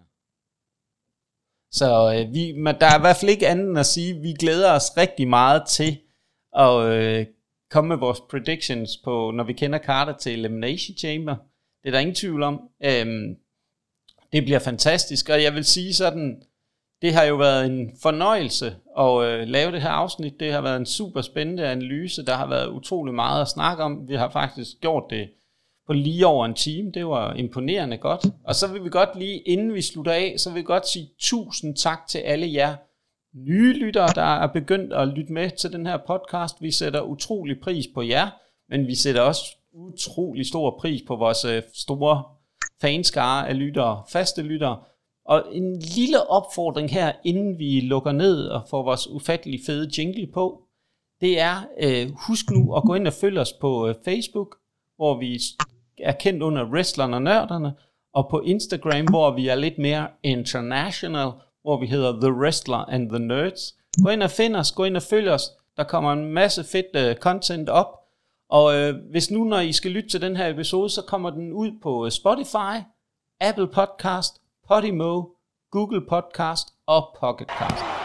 Så øh, vi, men der er i hvert fald ikke andet end at sige, vi glæder os rigtig meget til at øh, komme med vores predictions på, når vi kender Carter til Elimination Chamber. Det er der ingen tvivl om. Øhm, det bliver fantastisk, og jeg vil sige sådan, det har jo været en fornøjelse at øh, lave det her afsnit. Det har været en super spændende analyse. Der har været utrolig meget at snakke om. Vi har faktisk gjort det på lige over en time. Det var imponerende godt. Og så vil vi godt lige, inden vi slutter af, så vil vi godt sige tusind tak til alle jer nye lyttere, der er begyndt at lytte med til den her podcast. Vi sætter utrolig pris på jer, men vi sætter også utrolig stor pris på vores øh, store fanskare af lyttere, faste lyttere. Og en lille opfordring her, inden vi lukker ned og får vores ufattelig fede jingle på, det er, øh, husk nu at gå ind og følge os på øh, Facebook, hvor vi er kendt under Wrestlerne og Nørderne, og på Instagram, hvor vi er lidt mere international, hvor vi hedder The Wrestler and the Nerds. Gå ind og find os, gå ind og følg os. Der kommer en masse fedt øh, content op. Og øh, hvis nu, når I skal lytte til den her episode, så kommer den ud på Spotify, Apple Podcast, Podimo, Google Podcast og Pocket Cast.